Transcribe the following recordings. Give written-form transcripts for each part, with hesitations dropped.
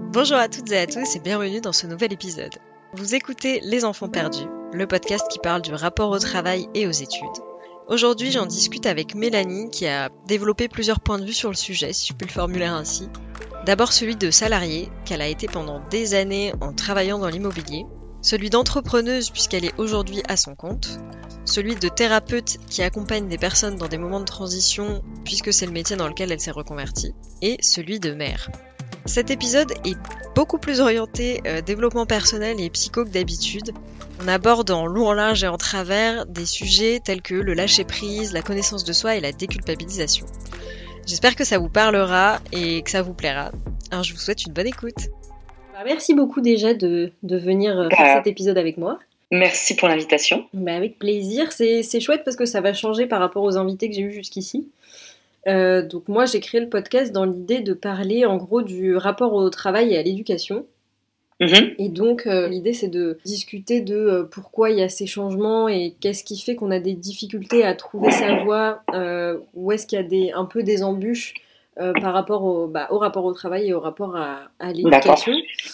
Bonjour à toutes et à tous et bienvenue dans ce nouvel épisode. Vous écoutez Les Enfants Perdus, le podcast qui parle du rapport au travail et aux études. Aujourd'hui, j'en discute avec Mélanie qui a développé plusieurs points de vue sur le sujet, si je peux le formuler ainsi. D'abord celui de salariée, qu'elle a été pendant des années en travaillant dans l'immobilier. Celui d'entrepreneuse puisqu'elle est aujourd'hui à son compte. Celui de thérapeute qui accompagne des personnes dans des moments de transition puisque c'est le métier dans lequel elle s'est reconvertie. Et celui de mère. Cet épisode est beaucoup plus orienté développement personnel et psycho que d'habitude. On aborde en long, en large et en travers des sujets tels que le lâcher-prise, la connaissance de soi et la déculpabilisation. J'espère que ça vous parlera et que ça vous plaira. Alors je vous souhaite une bonne écoute. Merci beaucoup déjà de venir faire cet épisode avec moi. Merci pour l'invitation. Avec plaisir, c'est chouette parce que ça va changer par rapport aux invités que j'ai eus jusqu'ici. Donc moi j'ai créé le podcast dans l'idée de parler en gros du rapport au travail et à l'éducation. Et donc l'idée c'est de discuter de pourquoi il y a ces changements et qu'est-ce qui fait qu'on a des difficultés à trouver sa voie, où est-ce qu'il y a un peu des embûches par rapport au rapport au travail et au rapport à l'éducation.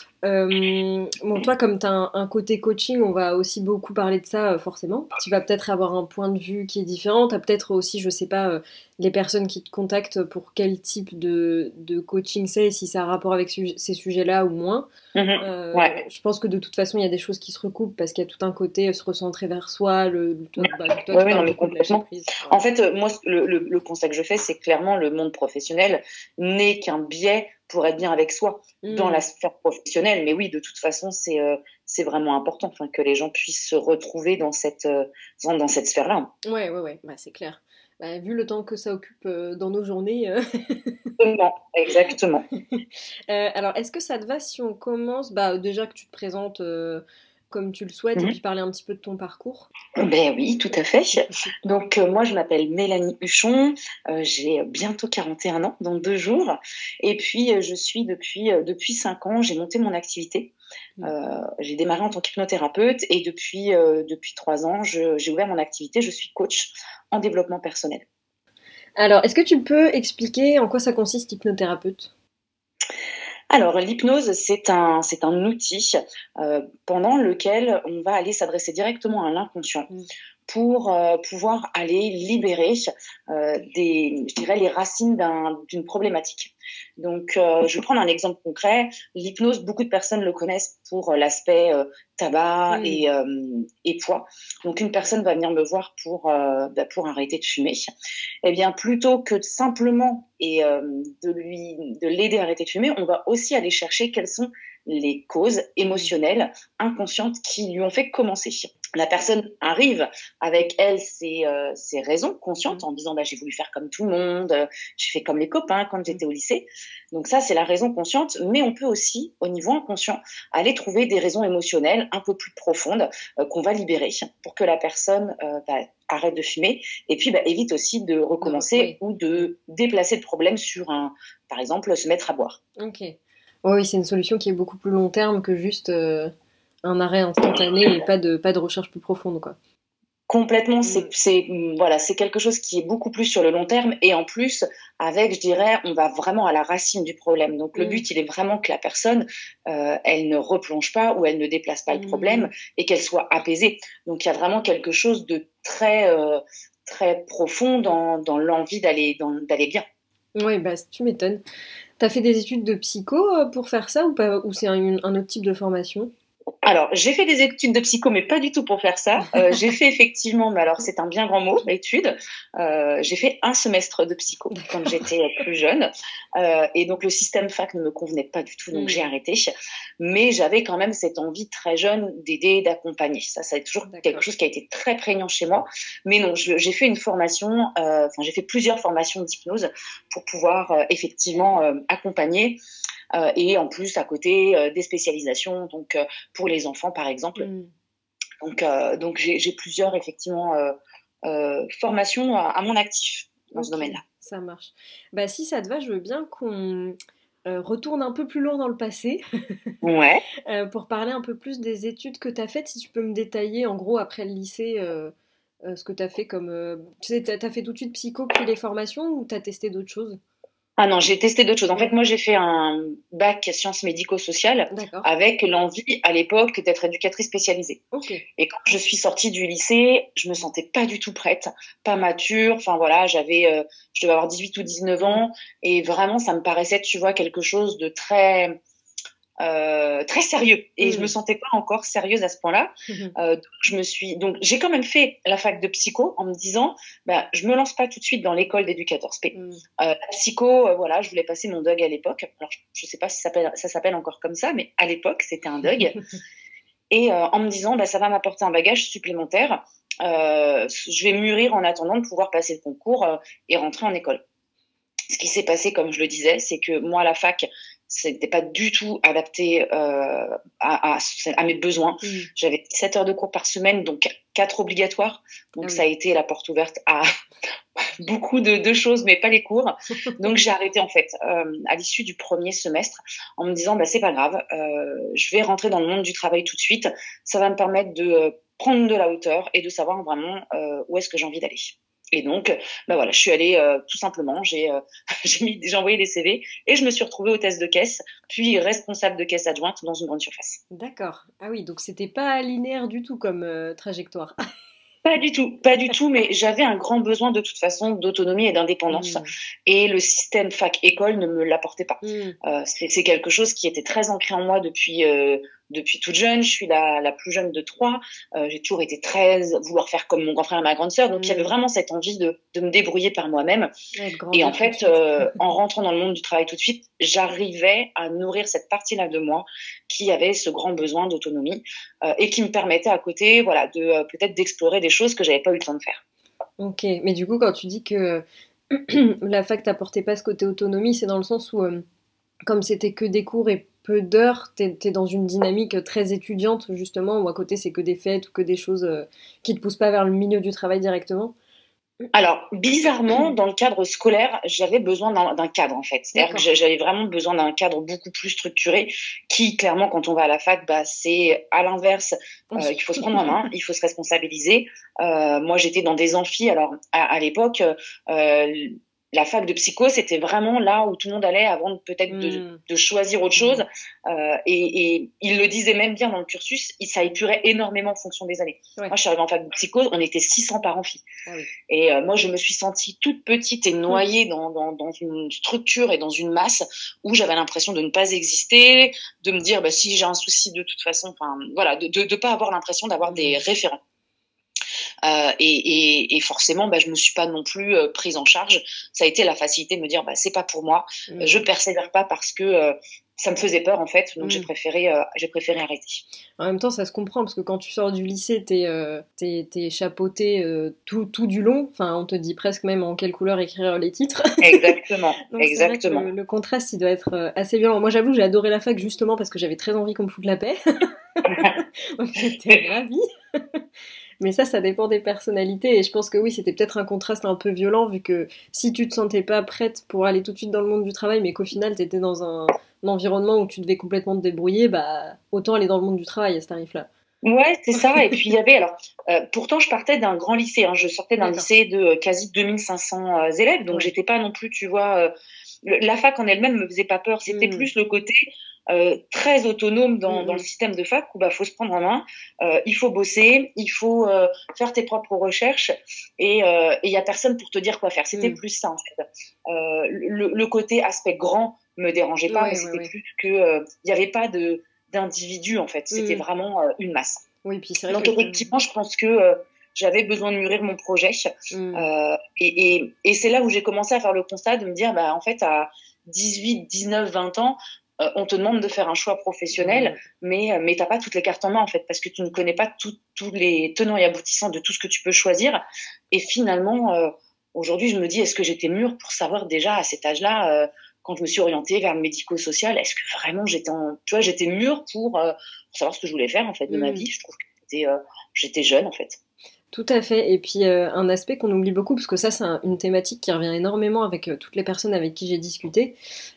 Bon, toi, comme tu as un côté coaching, on va aussi beaucoup parler de ça, forcément. Tu vas peut-être avoir un point de vue qui est différent. Tu as peut-être aussi, je sais pas, les personnes qui te contactent pour quel type de coaching c'est, si ça a rapport avec ces sujets-là ou moins. Ouais. Je pense que de toute façon, il y a des choses qui se recoupent parce qu'il y a tout un côté se recentrer vers soi. Toi, tu parles beaucoup de lâcher prise. En fait, moi, le constat que je fais, c'est clairement le monde professionnel n'est qu'un biais pour être bien avec soi dans la sphère professionnelle. Mais oui, de toute façon, c'est vraiment important que les gens puissent se retrouver dans cette sphère-là. Ouais, c'est clair. Vu le temps que ça occupe dans nos journées. Exactement. Alors, est-ce que ça te va si on commence déjà que tu te présentes comme tu le souhaites et puis parler un petit peu de ton parcours? Ben oui, tout à fait. Donc moi je m'appelle Mélanie Huchon, j'ai bientôt 41 ans dans 2 jours et puis je suis depuis 5 ans, j'ai monté mon activité. J'ai démarré en tant qu'hypnothérapeute et depuis 3 ans, j'ai ouvert mon activité, je suis coach en développement personnel. Alors, est-ce que tu peux expliquer en quoi ça consiste, hypnothérapeute ? Alors, l'hypnose, c'est un outil pendant lequel on va aller s'adresser directement à l'inconscient pour pouvoir aller libérer les racines d'une problématique. Donc, je vais prendre un exemple concret. L'hypnose, beaucoup de personnes le connaissent pour l'aspect tabac et poids. Donc, une personne va venir me voir pour arrêter de fumer. Eh bien, plutôt que simplement de l'aider à arrêter de fumer, on va aussi aller chercher quelles sont les causes émotionnelles, inconscientes qui lui ont fait commencer. La personne arrive avec elle ses raisons conscientes en disant j'ai voulu faire comme tout le monde, j'ai fait comme les copains quand j'étais au lycée. Donc ça, c'est la raison consciente, mais on peut aussi, au niveau inconscient, aller trouver des raisons émotionnelles un peu plus profondes qu'on va libérer pour que la personne arrête de fumer et puis évite aussi de recommencer ou de déplacer le problème sur par exemple, se mettre à boire. Ok. Oui, c'est une solution qui est beaucoup plus long terme que juste un arrêt instantané et pas de recherche plus profonde, quoi. Complètement, c'est quelque chose qui est beaucoup plus sur le long terme et en plus, je dirais, on va vraiment à la racine du problème. Donc le but, il est vraiment que la personne, elle ne replonge pas ou elle ne déplace pas le problème et qu'elle soit apaisée. Donc il y a vraiment quelque chose de très, très profond dans l'envie d'aller bien. Oui, tu m'étonnes. T'as fait des études de psycho pour faire ça ou pas, ou c'est un autre type de formation ? Alors, j'ai fait des études de psycho, mais pas du tout pour faire ça. J'ai fait effectivement, mais alors c'est un bien grand mot, études. J'ai fait un semestre de psycho quand j'étais plus jeune. Et donc, le système fac ne me convenait pas du tout, donc j'ai arrêté. Mais j'avais quand même cette envie très jeune d'aider, d'accompagner. Ça a toujours quelque chose qui a été très prégnant chez moi. Mais non, j'ai fait une formation, j'ai fait plusieurs formations d'hypnose pour pouvoir effectivement accompagner. Et en plus, à côté, des spécialisations, donc pour les enfants, par exemple. Donc j'ai plusieurs, effectivement, formations à mon actif dans ce domaine-là. Ça marche. Si ça te va, je veux bien qu'on retourne un peu plus loin dans le passé. Ouais. Pour parler un peu plus des études que tu as faites, si tu peux me détailler, en gros, après le lycée, ce que tu as fait comme... tu sais, tu as fait tout de suite psycho puis les formations ou tu as testé d'autres choses ? Ah non, j'ai testé d'autres choses. En fait, moi, j'ai fait un bac sciences médico-sociales D'accord. avec l'envie, à l'époque, d'être éducatrice spécialisée. Ok. Et quand je suis sortie du lycée, je me sentais pas du tout prête, pas mature. Enfin voilà, je devais avoir 18 ou 19 ans, et vraiment, ça me paraissait, tu vois, quelque chose de très sérieux. Et je me sentais pas encore sérieuse à ce point-là. Donc j'ai quand même fait la fac de psycho en me disant, bah, je me lance pas tout de suite dans l'école d'éducateur spé. La psycho, voilà, je voulais passer mon DUG à l'époque. Alors je sais pas si ça s'appelle encore comme ça, mais à l'époque c'était un DUG. Et en me disant, bah, ça va m'apporter un bagage supplémentaire. Je vais mûrir en attendant de pouvoir passer le concours et rentrer en école. Ce qui s'est passé, comme je le disais, c'est que moi, à la fac, c'était pas du tout adapté à mes besoins. J'avais 7 heures de cours par semaine, donc 4 obligatoires. Donc ça a été la porte ouverte à beaucoup de choses, mais pas les cours. Donc j'ai arrêté en fait à l'issue du premier semestre en me disant, bah, c'est pas grave, je vais rentrer dans le monde du travail tout de suite. Ça va me permettre de prendre de la hauteur et de savoir vraiment où est-ce que j'ai envie d'aller. Et donc, bah voilà, je suis allée tout simplement, j'ai envoyé des CV et je me suis retrouvée hôtesse de caisse, puis responsable de caisse adjointe dans une grande surface. D'accord. Ah oui, donc c'était pas linéaire du tout comme trajectoire. Pas du tout, mais j'avais un grand besoin de toute façon d'autonomie et d'indépendance. Et le système fac-école ne me l'apportait pas. C'est quelque chose qui était très ancré en moi depuis toute jeune. Je suis la plus jeune de 3. J'ai toujours été très vouloir faire comme mon grand frère et ma grande sœur. Donc il y avait vraiment cette envie de me débrouiller par moi-même. Et en fait, en rentrant dans le monde du travail tout de suite, j'arrivais à nourrir cette partie-là de moi qui avait ce grand besoin d'autonomie et qui me permettait à côté, voilà, de peut-être d'explorer des choses que j'avais pas eu le temps de faire. Ok, mais du coup, quand tu dis que la fac t'apportait pas ce côté autonomie, c'est dans le sens où, comme c'était que des cours et peu d'heures, t'es dans une dynamique très étudiante, justement, où à côté c'est que des fêtes ou que des choses qui te poussent pas vers le milieu du travail directement. Alors, bizarrement, dans le cadre scolaire, j'avais besoin d'un cadre, en fait. C'est-à-dire que j'avais vraiment besoin d'un cadre beaucoup plus structuré, qui, clairement, quand on va à la fac, bah, c'est à l'inverse. Il faut se prendre en main, il faut se responsabiliser. Moi, j'étais dans des amphis. Alors, à l'époque, la fac de psycho, c'était vraiment là où tout le monde allait avant peut-être de choisir autre chose. Et il le disait même bien dans le cursus, ça épurait énormément en fonction des années. Ouais. Moi, je suis arrivée en fac de psycho, on était 600 par amphi. Ah oui. Et moi, je me suis sentie toute petite et noyée dans une structure et dans une masse où j'avais l'impression de ne pas exister, de me dire, bah, si j'ai un souci de toute façon, enfin, voilà, de pas avoir l'impression d'avoir des référents. Et forcément, bah, je me suis pas non plus prise en charge. Ça a été la facilité de me dire, bah, c'est pas pour moi. Je persévère pas parce que ça me faisait peur en fait, donc j'ai préféré arrêter. En même temps, ça se comprend parce que quand tu sors du lycée, t'es chapeauté tout du long. Enfin, on te dit presque même en quelle couleur écrire les titres. Exactement. Donc exactement. C'est vrai que le contraste, il doit être assez violent. Moi, j'avoue, j'ai adoré la fac justement parce que j'avais très envie qu'on me foute la paix. Donc j'étais ravie. Mais ça dépend des personnalités et je pense que oui, c'était peut-être un contraste un peu violent vu que si tu te sentais pas prête pour aller tout de suite dans le monde du travail mais qu'au final t'étais dans un environnement où tu devais complètement te débrouiller, bah autant aller dans le monde du travail à ce tarif-là. Ouais, c'est ça. Et puis il y avait pourtant je partais d'un grand lycée, hein. Je sortais d'un lycée de quasi 2500 élèves, donc j'étais pas non plus, tu vois, la fac en elle-même me faisait pas peur, c'était plus le côté très autonome dans le système de fac où bah faut se prendre en main, il faut bosser, il faut faire tes propres recherches et il y a personne pour te dire quoi faire. C'était plus ça en fait. Le côté aspect grand me dérangeait pas, mais c'était plus que il y avait pas d'individu en fait. C'était vraiment une masse. Oui, puis c'est vrai donc effectivement, je pense que j'avais besoin de mûrir mon projet et c'est là où j'ai commencé à faire le constat de me dire bah en fait à 18, 19, 20 ans on te demande de faire un choix professionnel, mais t'as pas toutes les cartes en main en fait, parce que tu ne connais pas tous les tenants et aboutissants de tout ce que tu peux choisir. Et finalement, aujourd'hui, je me dis, est-ce que j'étais mûre pour savoir déjà à cet âge-là, quand je me suis orientée vers le médico-social, est-ce que vraiment j'étais mûre pour savoir ce que je voulais faire en fait de ma vie. Je trouve que j'étais jeune en fait. Tout à fait. Et puis un aspect qu'on oublie beaucoup, parce que ça c'est une thématique qui revient énormément avec toutes les personnes avec qui j'ai discuté,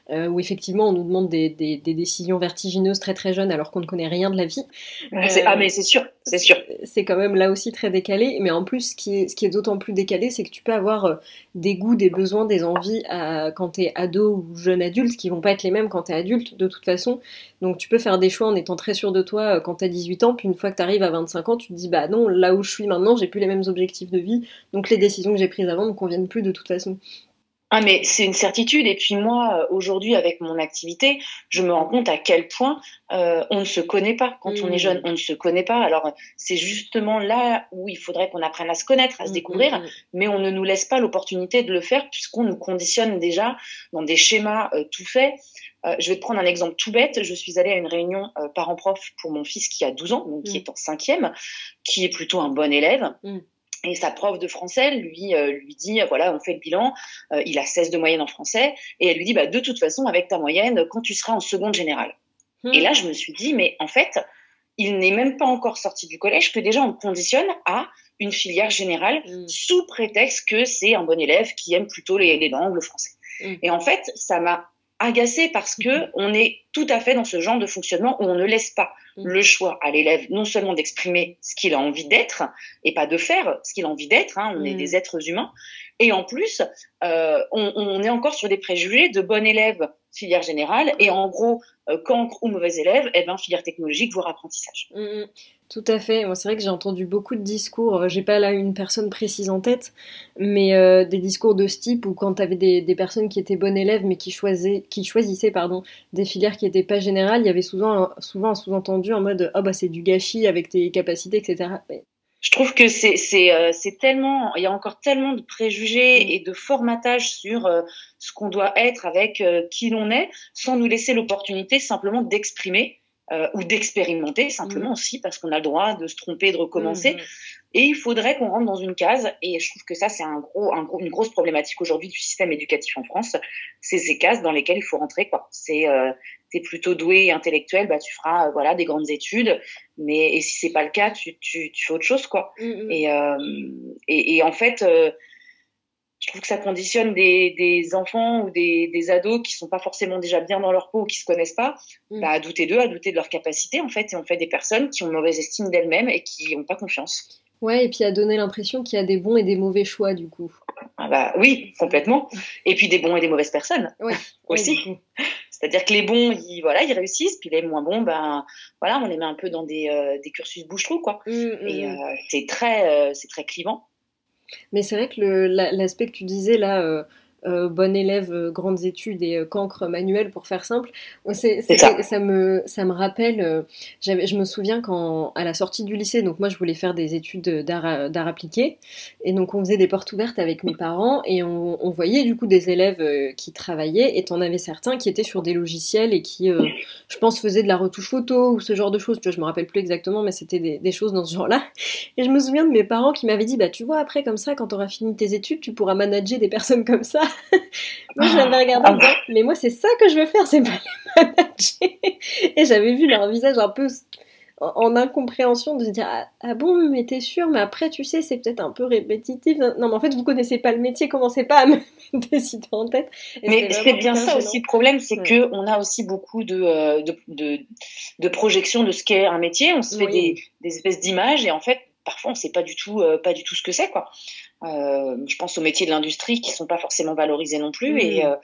où effectivement on nous demande des décisions vertigineuses très très jeunes alors qu'on ne connaît rien de la vie. Mais c'est sûr, c'est sûr. C'est quand même là aussi très décalé, mais en plus ce qui est d'autant plus décalé, c'est que tu peux avoir des goûts, des besoins, des envies quand t'es ado ou jeune adulte qui vont pas être les mêmes quand t'es adulte de toute façon. Donc tu peux faire des choix en étant très sûr de toi quand t'as 18 ans, puis une fois que t'arrives à 25 ans, tu te dis bah non, là où je suis maintenant, j'ai plus les mêmes objectifs de vie, donc les décisions que j'ai prises avant me conviennent plus de toute façon. Mais c'est une certitude. Et puis moi, aujourd'hui, avec mon activité, je me rends compte à quel point on ne se connaît pas. Quand on est jeune, on ne se connaît pas. Alors, c'est justement là où il faudrait qu'on apprenne à se connaître, à se découvrir, mais on ne nous laisse pas l'opportunité de le faire puisqu'on nous conditionne déjà dans des schémas tout faits. Je vais te prendre un exemple tout bête. Je suis allée à une réunion parents-prof pour mon fils qui a 12 ans, donc qui est en 5e, qui est plutôt un bon élève. Et sa prof de français lui dit, voilà, on fait le bilan, il a 16 de moyenne en français, et elle lui dit, bah, de toute façon, avec ta moyenne, quand tu seras en seconde générale. Et là, je me suis dit, mais en fait, il n'est même pas encore sorti du collège que déjà on le conditionne à une filière générale sous prétexte que c'est un bon élève qui aime plutôt les langues, le français. Et en fait, ça m'a agacée parce que on est tout à fait dans ce genre de fonctionnement où on ne laisse pas le choix à l'élève non seulement d'exprimer ce qu'il a envie d'être et pas de faire ce qu'il a envie d'être, on est des êtres humains, et en plus on est encore sur des préjugés de bon élève filière générale et en gros cancre ou mauvais élève, filière technologique voire apprentissage. Tout à fait. Moi, c'est vrai que j'ai entendu beaucoup de discours. J'ai pas là une personne précise en tête, mais des discours de ce type où quand t'avais des personnes qui étaient bonnes élèves mais qui choisissaient des filières qui étaient pas générales, il y avait souvent un sous-entendu en mode bah c'est du gâchis avec tes capacités, etc. Je trouve que c'est tellement, il y a encore tellement de préjugés et de formatage sur ce qu'on doit être avec qui l'on est, sans nous laisser l'opportunité simplement d'exprimer ou d'expérimenter simplement aussi, parce qu'on a le droit de se tromper, de recommencer. Et il faudrait qu'on rentre dans une case, et je trouve que ça c'est une grosse problématique aujourd'hui du système éducatif en France, c'est ces cases dans lesquelles il faut rentrer, quoi. T'es plutôt doué et intellectuel, bah tu feras voilà des grandes études, et si c'est pas le cas, tu fais autre chose, quoi. Et en fait je trouve que ça conditionne des enfants ou des ados qui sont pas forcément déjà bien dans leur peau ou qui se connaissent pas, à douter d'eux, à douter de leurs capacités, en fait. Et on fait des personnes qui ont une mauvaise estime d'elles-mêmes et qui n'ont pas confiance. Ouais, et puis à donner l'impression qu'il y a des bons et des mauvais choix, du coup. Ah bah oui, complètement. Et puis des bons et des mauvaises personnes aussi. C'est-à-dire que les bons, ils réussissent, puis les moins bons, on les met un peu dans des cursus bouche-trou, quoi. Et c'est très clivant. Mais c'est vrai que l'aspect que tu disais là, bon élève, grandes études et cancre manuel pour faire simple, ça me rappelle, je me souviens quand à la sortie du lycée, donc moi je voulais faire des études d'art appliqué, et donc on faisait des portes ouvertes avec mes parents et on voyait du coup des élèves qui travaillaient, et t'en avais certains qui étaient sur des logiciels et qui, je pense, faisaient de la retouche photo ou ce genre de choses. Tu vois, je me rappelle plus exactement, mais c'était des choses dans ce genre-là. Et je me souviens de mes parents qui m'avaient dit, bah tu vois, après comme ça, quand t'auras fini tes études, tu pourras manager des personnes comme ça. Moi, je l'avais regardé en disant, mais moi, c'est ça que je veux faire, c'est pas les manager. Et j'avais vu leur visage un peu en incompréhension de se dire, ah bon, mais t'es sûr, mais après, tu sais, c'est peut-être un peu répétitif. Non, mais en fait, vous connaissez pas le métier, commencez pas à me mettre des idées en tête. Et mais c'est bien ça gênant. Aussi le problème, c'est que on a aussi beaucoup de projections de ce qu'est un métier. On se fait des espèces d'images et en fait, parfois, on sait pas du tout ce que c'est, quoi. Je pense aux métiers de l'industrie qui sont pas forcément valorisés non plus,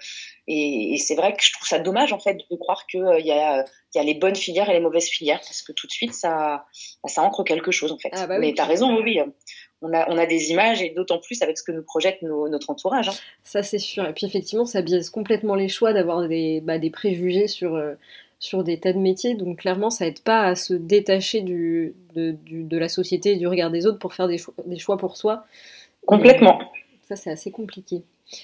et c'est vrai que je trouve ça dommage en fait de croire que il y a les bonnes filières et les mauvaises filières, parce que tout de suite ça ancre quelque chose en fait. Mais t'as raison, oui. On a des images, et d'autant plus avec ce que nous projette notre entourage. Ça c'est sûr. Et puis effectivement, ça biaise complètement les choix d'avoir des préjugés sur des tas de métiers, donc clairement ça aide pas à se détacher de la société et du regard des autres pour faire des choix pour soi. Complètement. Ça c'est assez compliqué.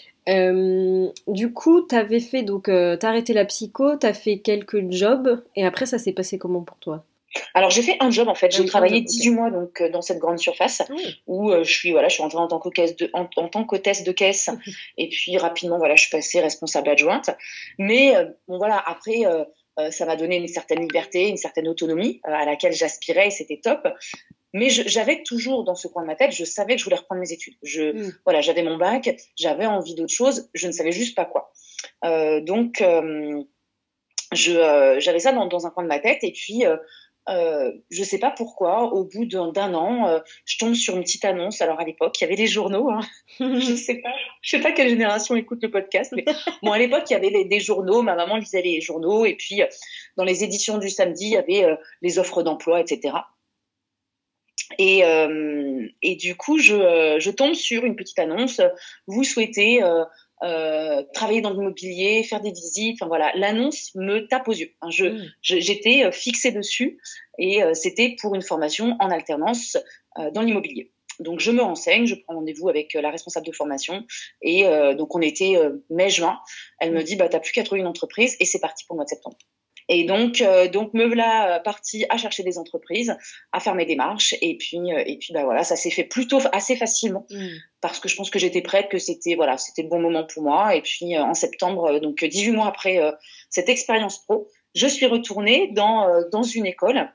Du coup, t'avais fait t'as arrêté la psycho, t'as fait quelques jobs, et après ça s'est passé comment pour toi? Alors j'ai fait un job en fait, j'ai travaillé 18 mois donc dans cette grande surface où je suis rentrée en tant qu'hôtesse de caisse et puis rapidement je suis passée responsable adjointe. Mais après ça m'a donné une certaine liberté, une certaine autonomie à laquelle j'aspirais, et c'était top. Mais j'avais toujours dans ce coin de ma tête, je savais que je voulais reprendre mes études. J'avais mon bac, j'avais envie d'autre chose, je ne savais juste pas quoi. Donc, j'avais ça dans un coin de ma tête. Et puis, je sais pas pourquoi, au bout d'un an, je tombe sur une petite annonce. Alors à l'époque, il y avait les journaux. Hein. Je sais pas quelle génération écoute le podcast, mais bon, à l'époque, il y avait des journaux. Ma maman lisait les journaux, et puis dans les éditions du samedi, il y avait les offres d'emploi, etc. Et du coup, je tombe sur une petite annonce. Vous souhaitez travailler dans l'immobilier, faire des visites. Enfin voilà, l'annonce me tape aux yeux. Hein, j'étais fixée dessus, et c'était pour une formation en alternance dans l'immobilier. Donc je me renseigne, je prends rendez-vous avec la responsable de formation, et donc on était mai-juin. Elle me dit t'as plus qu'à trouver une entreprise, et c'est parti pour le mois de septembre. Et donc me voilà partie à chercher des entreprises, à faire mes démarches, et puis voilà, ça s'est fait plutôt assez facilement, parce que je pense que j'étais prête, que c'était le bon moment pour moi. Et puis en septembre, donc 18 mois après cette expérience pro, je suis retournée dans une école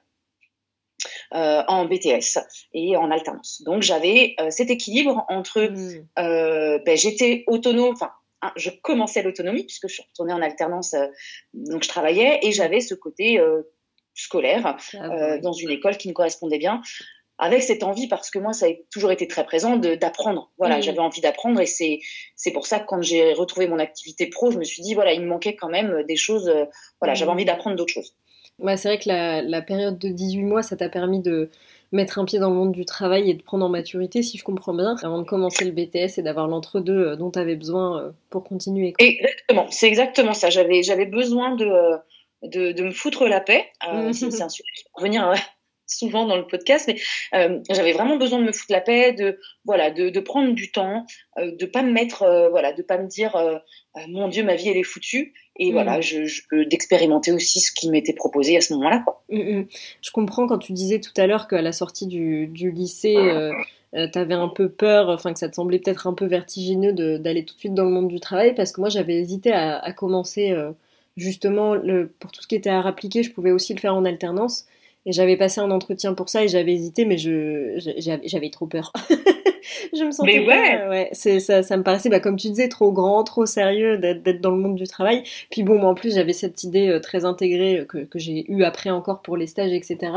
en BTS et en alternance. Donc j'avais cet équilibre entre j'étais autonome, enfin je commençais l'autonomie puisque je suis retournée en alternance, donc je travaillais, et j'avais ce côté scolaire dans une école qui me correspondait bien, avec cette envie, parce que moi ça a toujours été très présent, d'apprendre. Voilà, j'avais envie d'apprendre, et c'est pour ça que quand j'ai retrouvé mon activité pro, je me suis dit il me manquait quand même des choses. J'avais envie d'apprendre d'autres choses. Ouais, c'est vrai que la période de 18 mois, ça t'a permis de mettre un pied dans le monde du travail et de prendre en maturité, si je comprends bien, avant de commencer le BTS et d'avoir l'entre-deux dont tu avais besoin pour continuer. Quoi. Exactement, c'est exactement ça. J'avais besoin de me foutre la paix. C'est un sujet qui va revenir souvent dans le podcast, mais j'avais vraiment besoin de me foutre la paix, de prendre du temps, de pas me mettre, de pas me dire mon Dieu, ma vie elle est foutue, et d'expérimenter aussi ce qui m'était proposé à ce moment-là, quoi. Je comprends quand tu disais tout à l'heure qu'à la sortie du lycée, t'avais un peu peur, enfin que ça te semblait peut-être un peu vertigineux d'aller tout de suite dans le monde du travail, parce que moi j'avais hésité à commencer justement pour tout ce qui était art appliqué, je pouvais aussi le faire en alternance. Et j'avais passé un entretien pour ça, et j'avais hésité, mais j'avais trop peur. Je me sentais ça me paraissait, comme tu disais, trop grand, trop sérieux d'être dans le monde du travail. Puis bon, moi en plus j'avais cette idée très intégrée que j'ai eue après encore pour les stages, etc.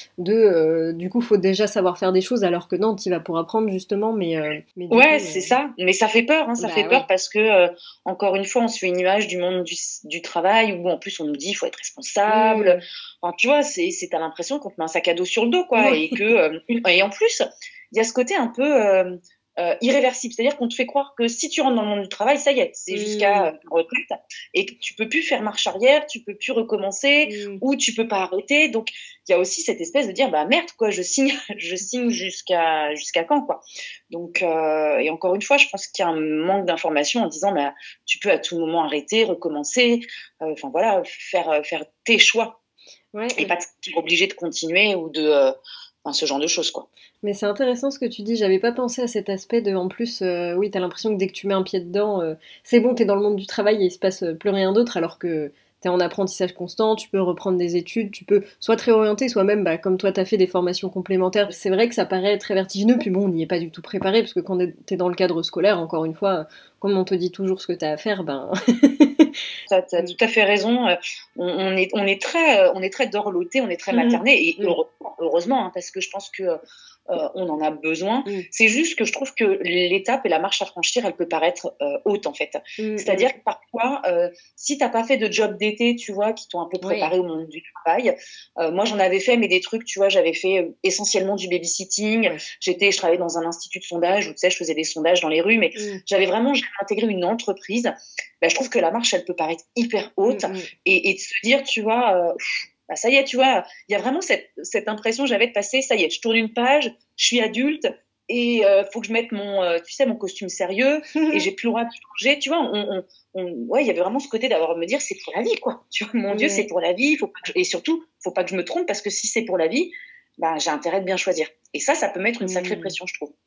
Du coup, faut déjà savoir faire des choses, alors que non, tu vas pour apprendre justement. Mais c'est ça. Mais ça fait peur, hein, ça fait peur, parce que encore une fois, on se fait une image du monde du travail où en plus on nous dit il faut être responsable. Enfin, tu vois, t'as l'impression qu'on te met un sac à dos sur le dos, quoi, et que et en plus il y a ce côté un peu irréversible, c'est-à-dire qu'on te fait croire que si tu rentres dans le monde du travail, ça y est, c'est jusqu'à retraite, et que tu peux plus faire marche arrière, tu peux plus recommencer, ou tu peux pas arrêter. Donc il y a aussi cette espèce de dire merde, quoi, je signe jusqu'à quand, quoi. Donc et encore une fois, je pense qu'il y a un manque d'information en disant tu peux à tout moment arrêter, recommencer, faire tes choix, et pas être obligé de continuer ou de ce genre de choses, quoi. Mais c'est intéressant ce que tu dis, j'avais pas pensé à cet aspect en plus, oui, t'as l'impression que dès que tu mets un pied dedans, c'est bon, t'es dans le monde du travail et il se passe plus rien d'autre, alors que t'es en apprentissage constant, tu peux reprendre des études, tu peux soit te réorienter, soit même, comme toi t'as fait des formations complémentaires. C'est vrai que ça paraît très vertigineux, puis bon, on n'y est pas du tout préparé, parce que quand t'es dans le cadre scolaire, encore une fois, comme on te dit toujours ce que t'as à faire, T'as tout à fait raison. On est très dorloté, on est très materné, et heureusement, hein, parce que je pense que on en a besoin. C'est juste que je trouve que l'étape et la marche à franchir, elle peut paraître haute, en fait. C'est-à-dire que parfois, si t'as pas fait de job d'été, tu vois, qui t'ont un peu préparé au monde du travail, moi j'en avais fait, mais des trucs, tu vois, j'avais fait essentiellement du babysitting. Je travaillais dans un institut de sondage où, tu sais, je faisais des sondages dans les rues, mais j'avais intégré une entreprise. Je trouve que la marche, elle peut paraître hyper haute, et de se dire, tu vois, ça y est, tu vois, il y a vraiment cette impression que j'avais de passer, ça y est, je tourne une page, je suis adulte, et faut que je mette mon costume sérieux, et j'ai plus le droit de changer, tu vois. Il y avait vraiment ce côté d'avoir me dire, c'est pour la vie, quoi. Tu vois, mon Dieu, c'est pour la vie, et surtout, faut pas que je me trompe, parce que si c'est pour la vie, j'ai intérêt de bien choisir. Et ça peut mettre une sacrée pression, je trouve.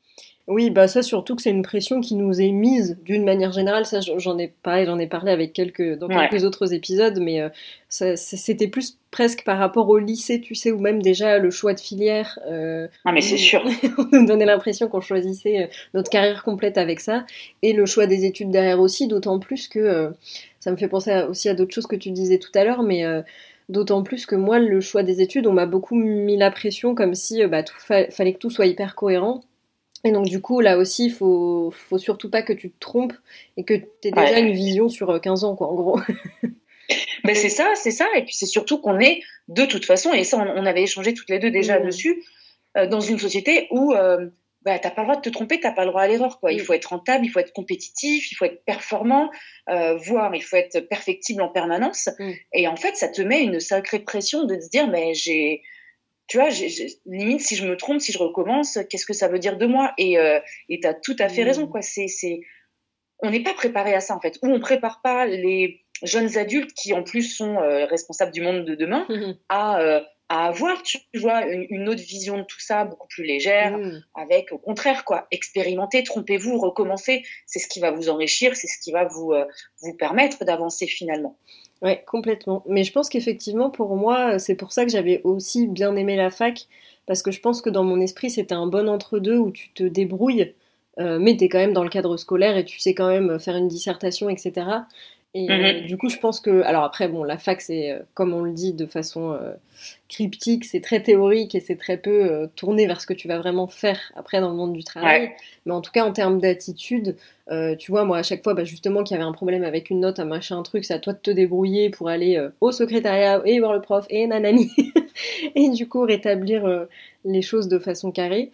Oui, bah ça surtout que c'est une pression qui nous est mise d'une manière générale. Ça, j'en ai pareil, j'en ai parlé avec dans Ouais. quelques autres épisodes, mais c'était plus presque par rapport au lycée, tu sais, ou même déjà le choix de filière. Ah, mais c'est sûr. On nous donnait l'impression qu'on choisissait notre carrière complète avec ça, et le choix des études derrière aussi, d'autant plus que ça me fait penser aussi à d'autres choses que tu disais tout à l'heure, mais d'autant plus que moi, le choix des études, on m'a beaucoup mis la pression comme si bah, fallait que tout soit hyper cohérent. Et donc du coup, là aussi, faut surtout pas que tu te trompes et que tu aies déjà une Ouais. vision sur 15 ans, quoi, en gros. Ben c'est ça, c'est ça. Et puis c'est surtout qu'on est, de toute façon, et ça on avait échangé toutes les deux déjà Mm, dessus, dans une société où bah, t'as pas le droit de te tromper, t'as pas le droit à l'erreur, quoi. Il mm, faut être rentable, il faut être compétitif, il faut être performant, voire il faut être perfectible en permanence. mm, Et en fait, ça te met une sacrée pression de se dire, mais tu vois, limite, si je me trompe, si je recommence, qu'est-ce que ça veut dire de moi? Et t'as tout à fait raison, mm. quoi. On n'est pas préparé à ça, en fait. Ou on prépare pas les jeunes adultes qui, en plus, sont responsables du monde de demain à, euh, à avoir, tu vois, une autre vision de tout ça, beaucoup plus légère, Mm. avec, au contraire, quoi, expérimenter, trompez-vous, recommencer. C'est ce qui va vous enrichir, c'est ce qui va vous permettre d'avancer finalement. Ouais, complètement. Mais je pense qu'effectivement, pour moi, c'est pour ça que j'avais aussi bien aimé la fac, parce que je pense que dans mon esprit, c'était un bon entre-deux où tu te débrouilles, mais t'es quand même dans le cadre scolaire et tu sais quand même faire une dissertation, etc. Et Mhm. du coup, je pense que, alors après, bon, la fac, c'est, comme on le dit de façon cryptique, c'est très théorique et c'est très peu tourné vers ce que tu vas vraiment faire après dans le monde du travail. Ouais. Mais en tout cas, en termes d'attitude, tu vois, moi, à chaque fois, bah, justement, qu'il y avait un problème avec une note, un machin, un truc, c'est à toi de te débrouiller pour aller au secrétariat et voir le prof et nanani. Et du coup, rétablir les choses de façon carrée.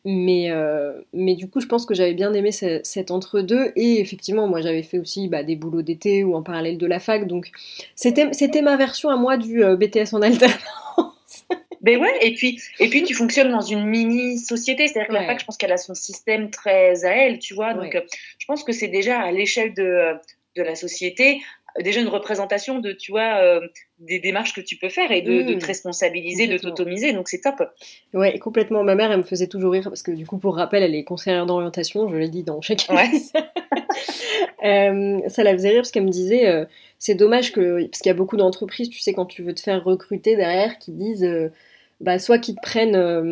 Mais du coup, je pense que j'avais bien aimé cet entre-deux. Et effectivement, moi, j'avais fait aussi bah, des boulots d'été ou en parallèle de la fac. Donc, c'était ma version à moi du BTS en alternance. Ben ouais, et puis tu fonctionnes dans une mini-société, c'est-à-dire que la fac, Ouais, je pense qu'elle a son système très à elle, tu vois, donc ouais. je pense que c'est déjà à l'échelle de la société, déjà une représentation de, tu vois, des démarches que tu peux faire et de te Mmh, responsabiliser, de complètement. t'automiser, donc c'est top. Ouais, complètement. Ma mère, elle me faisait toujours rire parce que du coup, pour rappel, elle est conseillère d'orientation, je l'ai dit dans chaque Ouais, épisode. Ça la faisait rire parce qu'elle me disait, c'est dommage que, parce qu'il y a beaucoup d'entreprises, tu sais, quand tu veux te faire recruter derrière, qui disent, bah, soit qu'ils te prennent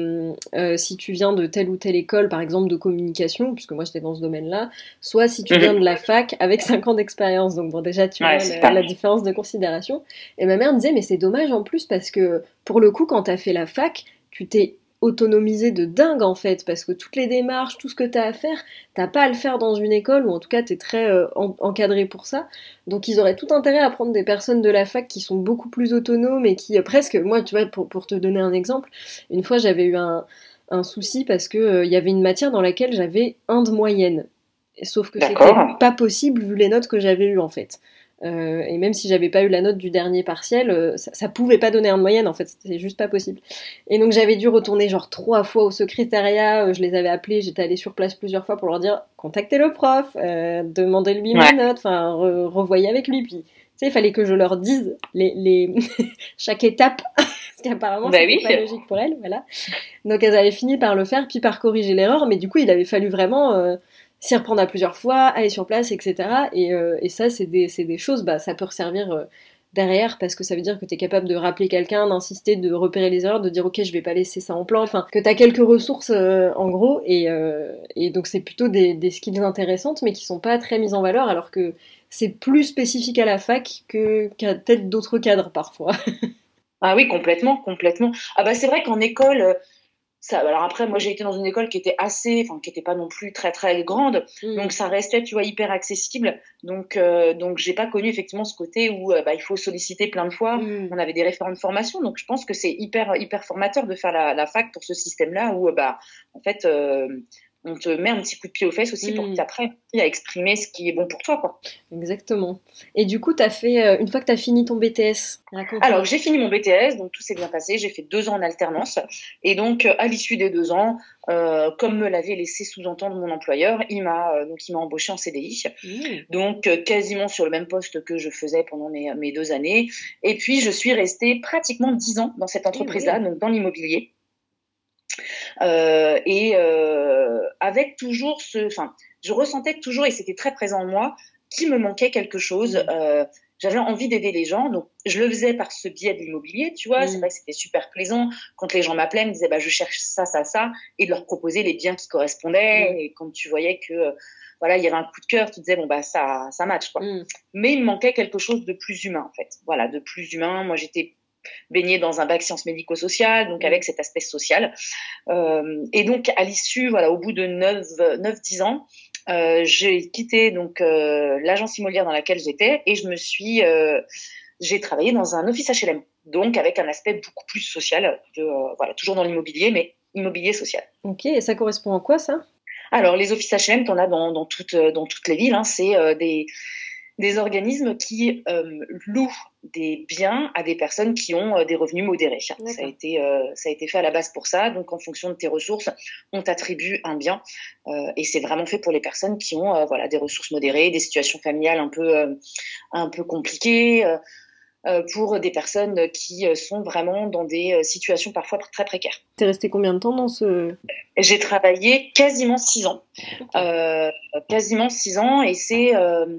si tu viens de telle ou telle école, par exemple de communication, puisque moi j'étais dans ce domaine-là, soit si tu viens de mhm. la fac avec 5 ans d'expérience. Donc bon, déjà, tu Ouais, vois c'est ça. la différence de considération. Et ma mère me disait, mais c'est dommage en plus parce que pour le coup, quand t'as fait la fac, tu t'es autonomisé de dingue en fait, parce que toutes les démarches, tout ce que t'as à faire, t'as pas à le faire dans une école, ou en tout cas t'es très encadré pour ça. Donc ils auraient tout intérêt à prendre des personnes de la fac qui sont beaucoup plus autonomes et qui presque, moi tu vois, pour te donner un exemple, une fois j'avais eu un souci parce que il y avait une matière dans laquelle j'avais 1 de moyenne. Sauf que c'était D'accord. pas possible vu les notes que j'avais eues en fait. Et même si j'avais pas eu la note du dernier partiel, ça pouvait pas donner un de moyenne en fait, c'était juste pas possible. Et donc j'avais dû retourner genre 3 fois au secrétariat, je les avais appelés, j'étais allée sur place plusieurs fois pour leur dire contactez le prof, demandez-lui ma Ouais. note, enfin revoyez avec lui. Puis tu sais, il fallait que je leur dise chaque étape, parce qu'apparemment Bah c'était oui. pas logique pour elles, voilà. Donc elles avaient fini par le faire, puis par corriger l'erreur, mais du coup il avait fallu vraiment s'y reprendre à plusieurs fois, aller sur place, etc. Et ça c'est des choses, bah, ça peut resservir derrière parce que ça veut dire que tu es capable de rappeler quelqu'un, d'insister, de repérer les erreurs, de dire ok je vais pas laisser ça en plan, enfin que tu as quelques ressources en gros et donc c'est plutôt des skills intéressantes mais qui sont pas très mises en valeur alors que c'est plus spécifique à la fac qu'à peut-être d'autres cadres parfois. Ah oui, complètement, complètement. Ah bah c'est vrai qu'en école, ça, alors après, moi j'ai été dans une école qui était enfin qui était pas non plus très très grande, donc Mm. ça restait, tu vois, hyper accessible. Donc j'ai pas connu effectivement ce côté où bah, il faut solliciter plein de fois. Mm. On avait des référents de formation, donc je pense que c'est hyper formateur de faire la fac pour ce système-là où bah en fait on te met un petit coup de pied aux fesses aussi pour que tu Mm. apprennes à exprimer ce qui est bon pour toi, quoi. Exactement. Et du coup, t'as fait, une fois que t'as fini ton BTS, Alors, raconte-moi. j'ai fini mon BTS, donc tout s'est bien passé. J'ai fait 2 ans en alternance. Et donc, à l'issue des 2 ans, comme me l'avait laissé sous-entendre mon employeur, il m'a embauché en CDI. Mm. Donc, quasiment sur le même poste que je faisais pendant mes 2 années. Et puis, je suis restée pratiquement 10 ans dans cette Eh entreprise-là, ouais. donc dans l'immobilier. Avec toujours je ressentais toujours, et c'était très présent en moi, qu'il me manquait quelque chose. J'avais envie d'aider les gens, donc je le faisais par ce biais de l'immobilier, tu vois. C'est vrai que c'était super plaisant quand les gens m'appelaient, me disaient je cherche ça, ça, ça, et de leur proposer les biens qui correspondaient. Et quand tu voyais que voilà, il y avait un coup de cœur, tu disais ça match, quoi. Mais il me manquait quelque chose de plus humain, en fait. Voilà, de plus humain. Moi, j'étais baignée dans un bac sciences médico-sociales, donc avec cet aspect social. Et donc, à l'issue, voilà, au bout de 9-10 ans, j'ai quitté donc l'agence immobilière dans laquelle j'étais et j'ai travaillé dans un office HLM, donc avec un aspect beaucoup plus social, voilà, toujours dans l'immobilier, mais immobilier social. Ok, et ça correspond à quoi, ça ? Alors, les offices HLM, tu en as dans toutes les villes, hein, c'est des organismes qui louent des biens à des personnes qui ont des revenus modérés. Ça a été fait à la base pour ça. Donc, en fonction de tes ressources, on t'attribue un bien. Et c'est vraiment fait pour les personnes qui ont des ressources modérées, des situations familiales un peu compliquées, pour des personnes qui sont vraiment dans des situations parfois très précaires. T'es resté combien de temps dans ce... J'ai travaillé quasiment 6 ans. Okay. Quasiment 6 ans, et c'est...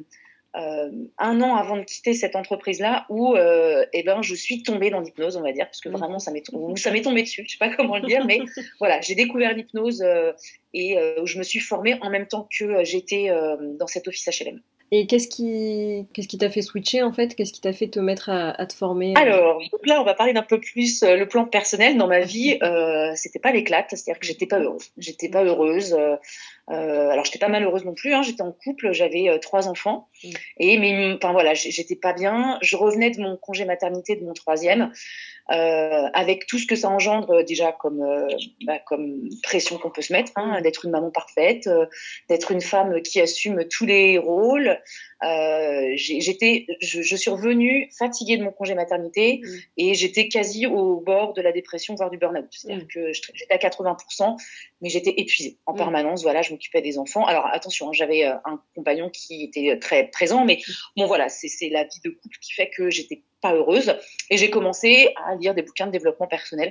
1 an avant de quitter cette entreprise-là où je suis tombée dans l'hypnose, on va dire, parce que vraiment ça m'est tombé dessus, je sais pas comment le dire, mais voilà, j'ai découvert l'hypnose où je me suis formée en même temps que j'étais dans cet office HLM. Et qu'est-ce qui t'a fait switcher, en fait ? Qu'est-ce qui t'a fait te mettre à te former ? Alors, donc là, on va parler d'un peu plus le plan personnel. Dans ma vie, c'était pas l'éclate, c'est-à-dire que j'étais pas heureuse. Alors, j'étais pas malheureuse non plus, hein. J'étais en couple, j'avais 3 enfants. J'étais pas bien. Je revenais de mon congé maternité de mon 3e. Avec tout ce que ça engendre déjà comme pression qu'on peut se mettre, hein, d'être une maman parfaite, d'être une femme qui assume tous les rôles. Je suis revenue fatiguée de mon congé maternité et j'étais quasi au bord de la dépression, voire du burn-out. C'est-à-dire que j'étais à 80%, mais j'étais épuisée en permanence. Voilà, je m'occupais des enfants. Alors attention, hein, j'avais un compagnon qui était très présent, mais bon voilà, c'est la vie de couple qui fait que j'étais pas heureuse, et j'ai commencé à lire des bouquins de développement personnel.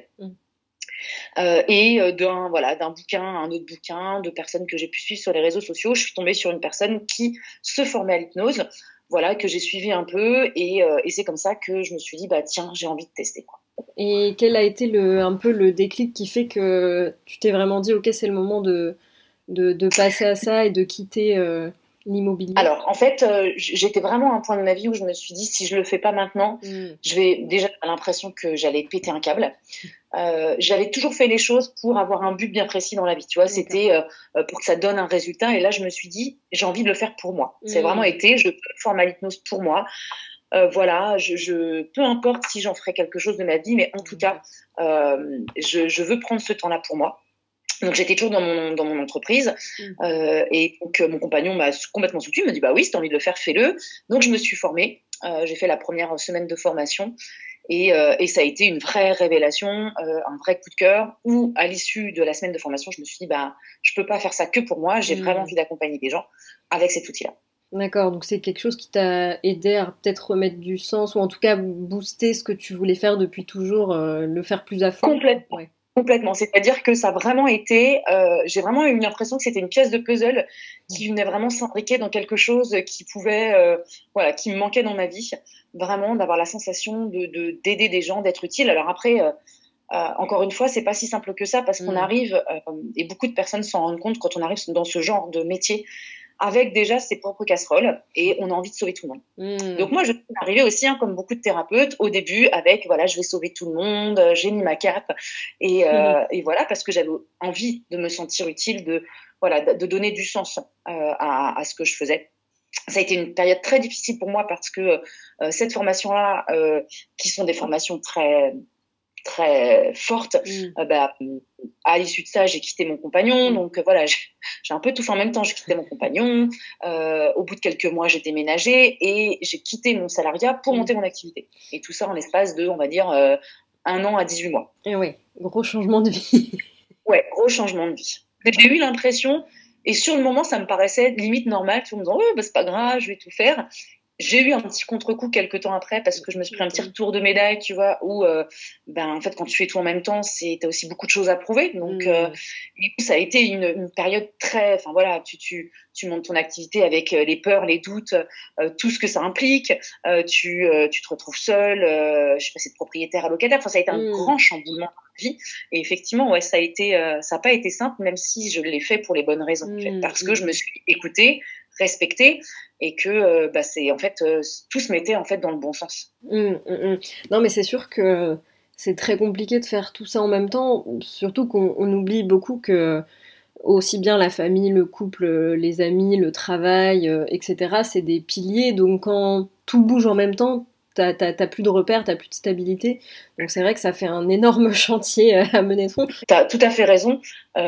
D'un bouquin à un autre bouquin, de personnes que j'ai pu suivre sur les réseaux sociaux, je suis tombée sur une personne qui se formait à l'hypnose, voilà, que j'ai suivi un peu, et c'est comme ça que je me suis dit tiens, j'ai envie de tester, quoi. Et quel a été un peu le déclic qui fait que tu t'es vraiment dit ok, c'est le moment de passer à ça et de quitter l'immobilier? Alors, en fait, j'étais vraiment à un point de ma vie où je me suis dit, si je le fais pas maintenant, je vais déjà avoir l'impression que j'allais péter un câble. J'avais toujours fait les choses pour avoir un but bien précis dans la vie, tu vois. C'était pour que ça donne un résultat. Et là, je me suis dit, j'ai envie de le faire pour moi. C'est vraiment été, je forme à l'hypnose pour moi. Voilà, peu importe si j'en ferai quelque chose de ma vie, mais en tout cas, je veux prendre ce temps-là pour moi. Donc j'étais toujours dans mon entreprise, et donc mon compagnon m'a complètement soutenu, me dit oui, si t'as envie de le faire, fais-le. Donc je me suis formée, j'ai fait la première semaine de formation, et ça a été une vraie révélation, un vrai coup de cœur, où à l'issue de la semaine de formation, je me suis dit je peux pas faire ça que pour moi, j'ai vraiment envie d'accompagner des gens avec cet outil-là. D'accord, donc c'est quelque chose qui t'a aidé à peut-être remettre du sens, ou en tout cas booster ce que tu voulais faire depuis toujours, le faire plus à fond. Complètement. Ouais. Complètement, c'est-à-dire que ça a vraiment été, j'ai vraiment eu l'impression que c'était une pièce de puzzle qui venait vraiment s'imbriquer dans quelque chose qui pouvait, qui me manquait dans ma vie, vraiment d'avoir la sensation d'aider des gens, d'être utile. Alors après, encore une fois, c'est pas si simple que ça, parce qu'on arrive, et beaucoup de personnes s'en rendent compte quand on arrive dans ce genre de métier, avec déjà ses propres casseroles, et on a envie de sauver tout le monde. Donc moi, je suis arrivée aussi, comme beaucoup de thérapeutes, au début avec, je vais sauver tout le monde, j'ai mis ma cape, et voilà, parce que j'avais envie de me sentir utile, de donner du sens à ce que je faisais. Ça a été une période très difficile pour moi, parce que cette formation-là, qui sont des formations très très forte, à l'issue de ça, j'ai quitté mon compagnon, donc voilà, j'ai un peu tout fait en même temps. J'ai quitté mon compagnon, au bout de quelques mois, j'ai déménagé, et j'ai quitté mon salariat pour monter mon activité, et tout ça en l'espace de, on va dire, 1 an à 18 mois. Et oui, gros changement de vie. Ouais, gros changement de vie. J'ai eu l'impression, et sur le moment, ça me paraissait limite normal, tout le monde me disant c'est pas grave, je vais tout faire. J'ai eu un petit contre-coup quelques temps après parce que je me suis pris un petit retour de médaille, tu vois, où en fait quand tu fais tout en même temps, t'as aussi beaucoup de choses à prouver. Donc du coup, ça a été une période très, enfin voilà, tu montes ton activité avec les peurs, les doutes, tout ce que ça implique. Tu te retrouves seul, je sais pas, c'est de propriétaire à locataire. Enfin, ça a été un grand chamboulement dans ma vie. Et effectivement, ouais, ça a pas été simple, même si je l'ai fait pour les bonnes raisons, en fait, parce que je me suis écoutée, respectée, et que c'est en fait tout se mettait en fait dans le bon sens. Non, mais c'est sûr que c'est très compliqué de faire tout ça en même temps, surtout qu'on oublie beaucoup que aussi bien la famille, le couple, les amis, le travail, etc., c'est des piliers. Donc quand tout bouge en même temps, t'as plus de repères, t'as plus de stabilité. Donc c'est vrai que ça fait un énorme chantier à mener de front. T'as tout à fait raison.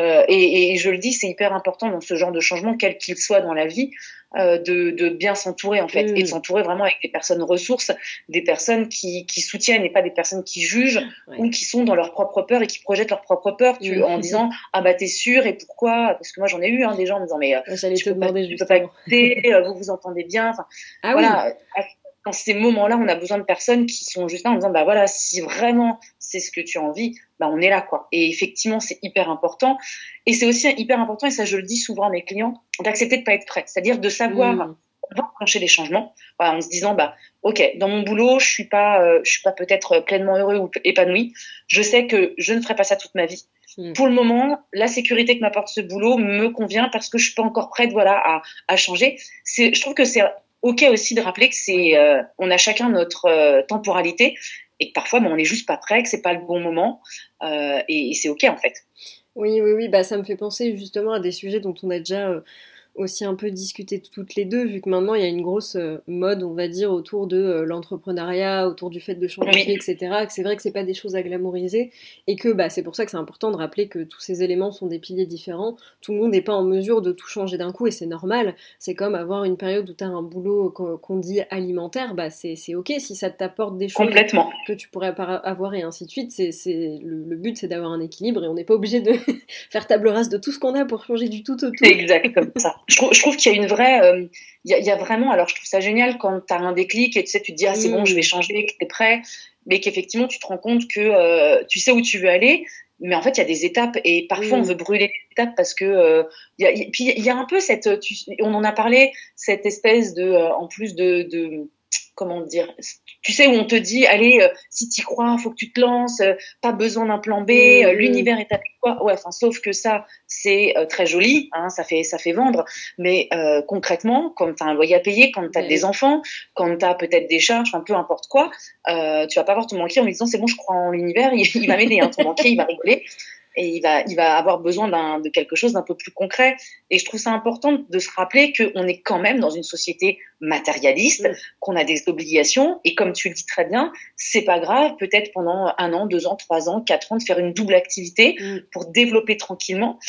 Et je le dis, c'est hyper important dans ce genre de changement, quel qu'il soit dans la vie, de bien s'entourer en fait, et de s'entourer vraiment avec des personnes ressources, des personnes qui soutiennent et pas des personnes qui jugent ou qui sont dans leur propre peur et qui projettent leur propre peur en disant ah bah t'es sûr et pourquoi, parce que moi j'en ai eu des gens en me disant mais tu peux pas écouter, vous vous entendez bien, voilà. Dans ces moments-là, on a besoin de personnes qui sont juste là en disant bah voilà, si vraiment c'est ce que tu as envie, bah on est là quoi. Et effectivement, c'est hyper important. Et c'est aussi hyper important, et ça je le dis souvent à mes clients, d'accepter de pas être prêt. C'est-à-dire de savoir on va enclencher les changements, en se disant bah ok, dans mon boulot, je suis pas peut-être pleinement heureux ou épanoui. Je sais que je ne ferai pas ça toute ma vie. Pour le moment, la sécurité que m'apporte ce boulot me convient parce que je suis pas encore prête à changer. Je trouve que c'est ok aussi de rappeler que on a chacun notre temporalité et que parfois on n'est juste pas prêt, que c'est pas le bon moment et c'est ok en fait. Oui, ça me fait penser justement à des sujets dont on a déjà aussi un peu discuté toutes les deux, vu que maintenant il y a une grosse mode, on va dire, autour de l'entrepreneuriat, autour du fait de changer de vie, etc. Que c'est vrai que c'est pas des choses à glamouriser et que c'est pour ça que c'est important de rappeler que tous ces éléments sont des piliers différents. Tout le monde n'est pas en mesure de tout changer d'un coup et c'est normal. C'est comme avoir une période où tu as un boulot qu'on dit alimentaire, c'est ok si ça t'apporte des choses que tu pourrais pas avoir et ainsi de suite. Le but c'est d'avoir un équilibre et on n'est pas obligé de faire table rase de tout ce qu'on a pour changer du tout au tout. C'est exact comme ça. Je trouve qu'il y a une vraie, il y a vraiment, alors je trouve ça génial quand tu as un déclic et tu sais, tu te dis ah c'est bon, je vais changer, que tu es prêt, mais qu'effectivement tu te rends compte que tu sais où tu veux aller, mais en fait il y a des étapes et parfois on veut brûler les étapes parce que puis il y a un peu on en a parlé, cette espèce de en plus de comment dire, tu sais, où on te dit allez, si t'y crois, faut que tu te lances, pas besoin d'un plan B, l'univers est avec toi. Ouais, enfin sauf que ça c'est très joli, ça fait vendre, mais concrètement, quand t'as un loyer à payer, quand t'as des enfants, quand t'as peut-être des charges, peu importe quoi, tu vas pas voir ton banquier en lui disant c'est bon, je crois en l'univers, il va m'aider, ton banquier il va rigoler. Et il va avoir besoin de quelque chose d'un peu plus concret. Et je trouve ça important de se rappeler qu'on est quand même dans une société matérialiste, qu'on a des obligations. Et comme tu le dis très bien, c'est pas grave, peut-être pendant 1 an, 2 ans, 3 ans, 4 ans, de faire une double activité pour développer tranquillement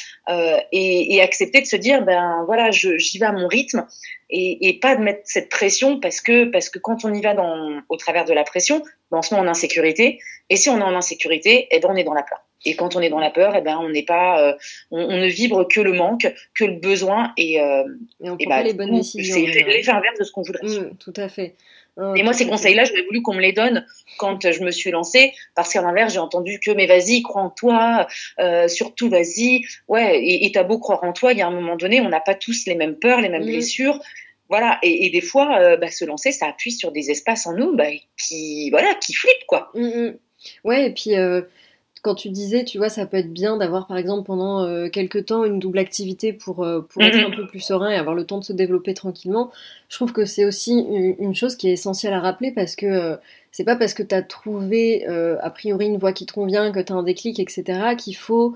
et accepter de se dire, voilà, j'y vais à mon rythme et pas de mettre cette pression parce que quand on y va au travers de la pression, on se met en insécurité. Et si on est en insécurité, on est dans la peur. Et quand on est dans la peur, on n'est pas, on ne vibre que le manque, que le besoin, et on prend pas les bonnes décisions. C'est l'effet inverse de ce qu'on voudrait. Tout à fait. Et moi, ces conseils-là, j'aurais voulu qu'on me les donne quand je me suis lancée, parce qu'à l'inverse, j'ai entendu que mais vas-y, crois en toi, surtout vas-y. Ouais, et t'as beau croire en toi, il y a un moment donné, on n'a pas tous les mêmes peurs, les mêmes blessures. Voilà, et des fois, se lancer, ça appuie sur des espaces en nous qui flippent, quoi. Ouais, et puis quand tu disais, tu vois, ça peut être bien d'avoir par exemple pendant quelques temps une double activité pour être un peu plus serein et avoir le temps de se développer tranquillement. Je trouve que c'est aussi une chose qui est essentielle à rappeler parce que c'est pas parce que tu as trouvé a priori une voie qui te convient, que tu as un déclic, etc., qu'il faut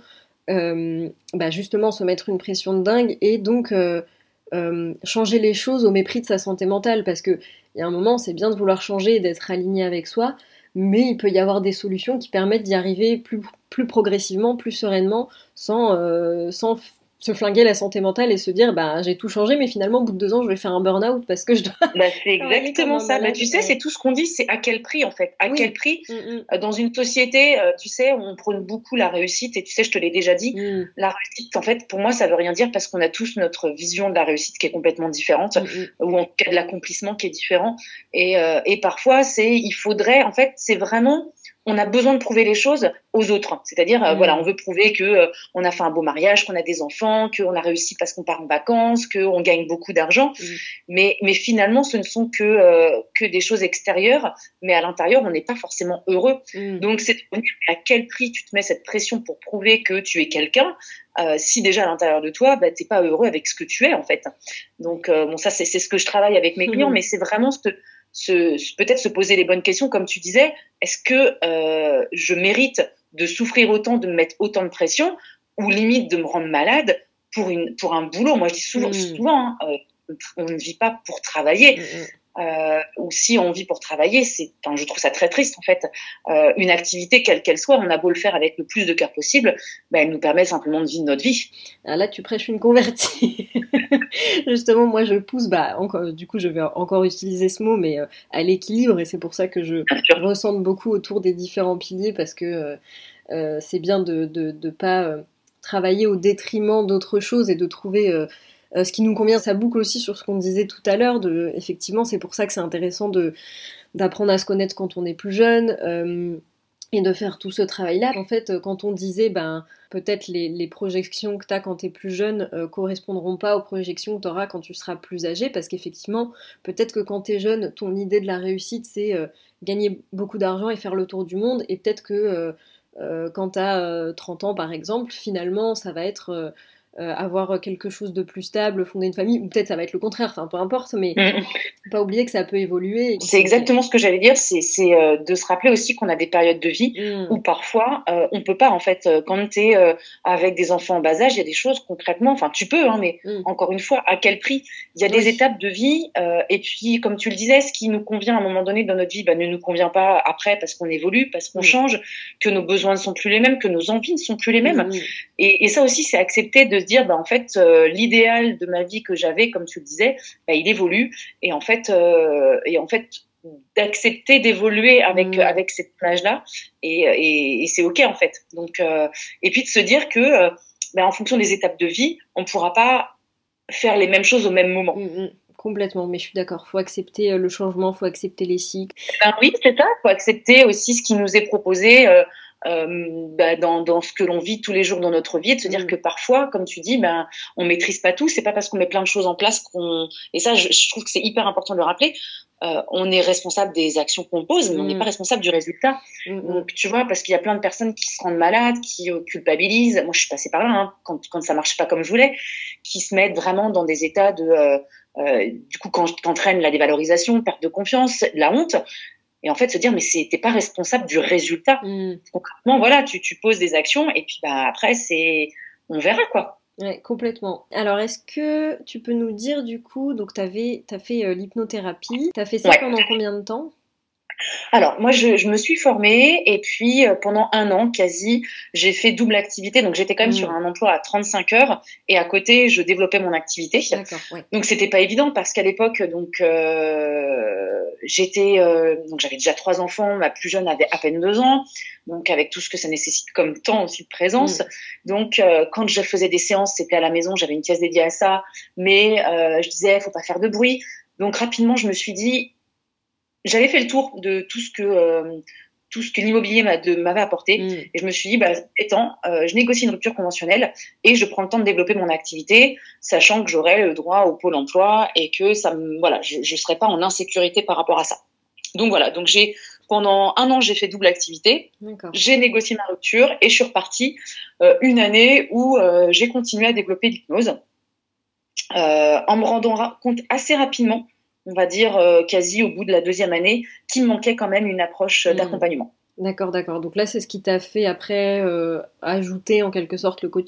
justement se mettre une pression de dingue et donc changer les choses au mépris de sa santé mentale, parce que il y a un moment, c'est bien de vouloir changer et d'être aligné avec soi, mais il peut y avoir des solutions qui permettent d'y arriver plus progressivement, plus sereinement, sans se flinguer la santé mentale et se dire j'ai tout changé, mais finalement au bout de 2 ans je vais faire un burn-out parce que je dois c'est exactement ça. Tu sais, c'est tout ce qu'on dit, c'est à quel prix en fait, quel prix dans une société, tu sais, on prône beaucoup la réussite, et tu sais, je te l'ai déjà dit, la réussite en fait pour moi ça veut rien dire, parce qu'on a tous notre vision de la réussite qui est complètement différente, ou en tout cas de l'accomplissement qui est différent, et parfois il faudrait, en fait, c'est vraiment, on a besoin de prouver les choses aux autres. C'est-à-dire, voilà, on veut prouver que on a fait un beau mariage, qu'on a des enfants, qu'on a réussi parce qu'on part en vacances, qu'on gagne beaucoup d'argent. Mais finalement, ce ne sont que des choses extérieures. Mais à l'intérieur, on n'est pas forcément heureux. Donc, c'est à quel prix tu te mets cette pression pour prouver que tu es quelqu'un, si déjà à l'intérieur de toi, t'es pas heureux avec ce que tu es, en fait. Donc, ça, c'est ce que je travaille avec mes clients, mais c'est vraiment peut-être se poser les bonnes questions, comme tu disais. Est-ce que je mérite de souffrir autant, de me mettre autant de pression, ou limite de me rendre malade pour un boulot? Moi, je dis souvent on ne vit pas pour travailler. Ou si on vit pour travailler, je trouve ça très triste, en fait. Une activité, quelle qu'elle soit, on a beau le faire avec le plus de cœur possible, elle nous permet simplement de vivre notre vie. Alors là, tu prêches une convertie. Justement, moi, je pousse, du coup, je vais encore utiliser ce mot, mais à l'équilibre, et c'est pour ça que je ressente beaucoup autour des différents piliers, parce que c'est bien de pas travailler au détriment d'autres choses, et de trouver ce qui nous convient. Ça boucle aussi sur ce qu'on disait tout à l'heure, effectivement, c'est pour ça que c'est intéressant d'apprendre à se connaître quand on est plus jeune, et de faire tout ce travail-là. En fait, quand on disait, peut-être les projections que tu as quand tu es plus jeune correspondront pas aux projections que tu auras quand tu seras plus âgé, parce qu'effectivement, peut-être que quand tu es jeune, ton idée de la réussite, c'est gagner beaucoup d'argent et faire le tour du monde, et peut-être que quand tu as 30 ans, par exemple, finalement, ça va être avoir quelque chose de plus stable, fonder une famille, ou peut-être ça va être le contraire, enfin peu importe, mais faut pas oublier que ça peut évoluer. C'est exactement ce que j'allais dire, c'est de se rappeler aussi qu'on a des périodes de vie où parfois on peut pas, en fait, quand tu es avec des enfants en bas âge, il y a des choses concrètement, enfin tu peux, mais encore une fois, à quel prix? Il y a des étapes de vie, et puis comme tu le disais, ce qui nous convient à un moment donné dans notre vie ne nous convient pas après, parce qu'on évolue, parce qu'on change, que nos besoins ne sont plus les mêmes, que nos envies ne sont plus les mêmes. Et ça aussi, c'est accepter de se dire, en fait, l'idéal de ma vie que j'avais, comme tu le disais, il évolue, et en fait d'accepter d'évoluer avec cette image-là, et c'est ok, en fait. Donc et puis de se dire que en fonction des étapes de vie, on pourra pas faire les mêmes choses au même moment. Complètement, mais je suis d'accord. Faut accepter le changement, faut accepter les cycles. Oui, c'est ça. Faut accepter aussi ce qui nous est proposé dans ce que l'on vit tous les jours dans notre vie, et de se dire que parfois, comme tu dis, on maîtrise pas tout. C'est pas parce qu'on met plein de choses en place et ça, je trouve que c'est hyper important de le rappeler. On est responsable des actions qu'on pose, mais on n'est pas responsable du résultat. Donc, tu vois, parce qu'il y a plein de personnes qui se rendent malades, qui culpabilisent. Moi, je suis passée par là, quand ça marche pas comme je voulais, qui se mettent vraiment dans des états du coup, quand t'entraînes la dévalorisation, perte de confiance, la honte. Et en fait, se dire, mais t'es pas responsable du résultat. Concrètement, voilà, tu poses des actions, et puis après, on verra, quoi. Ouais, complètement. Alors, est-ce que tu peux nous dire, du coup, donc t'as fait l'hypnothérapie, t'as fait ça pendant combien de temps ? Alors, moi, je me suis formée, et puis pendant 1 an, quasi, j'ai fait double activité. Donc, j'étais quand même sur un emploi à 35 heures, et à côté, je développais mon activité. D'accord, ouais. Donc, c'était pas évident, parce qu'à l'époque, donc j'avais déjà 3 enfants, ma plus jeune avait à peine 2 ans, donc avec tout ce que ça nécessite comme temps aussi de présence. Donc, quand je faisais des séances, c'était à la maison, j'avais une pièce dédiée à ça, mais je disais, faut pas faire de bruit. Donc, rapidement, je me suis dit, j'avais fait le tour de tout ce que l'immobilier m'avait apporté, et je me suis dit, je négocie une rupture conventionnelle et je prends le temps de développer mon activité, sachant que j'aurai le droit au pôle emploi, et que je serai pas en insécurité par rapport à ça. Donc voilà, pendant 1 an, j'ai fait double activité. D'accord. J'ai négocié ma rupture, et je suis repartie 1 année où j'ai continué à développer l'hypnose, en me rendant compte assez rapidement, on va dire quasi au bout de la 2e année, qu'il me manquait quand même une approche d'accompagnement. D'accord. Donc là, c'est ce qui t'a fait après ajouter en quelque sorte le coaching ?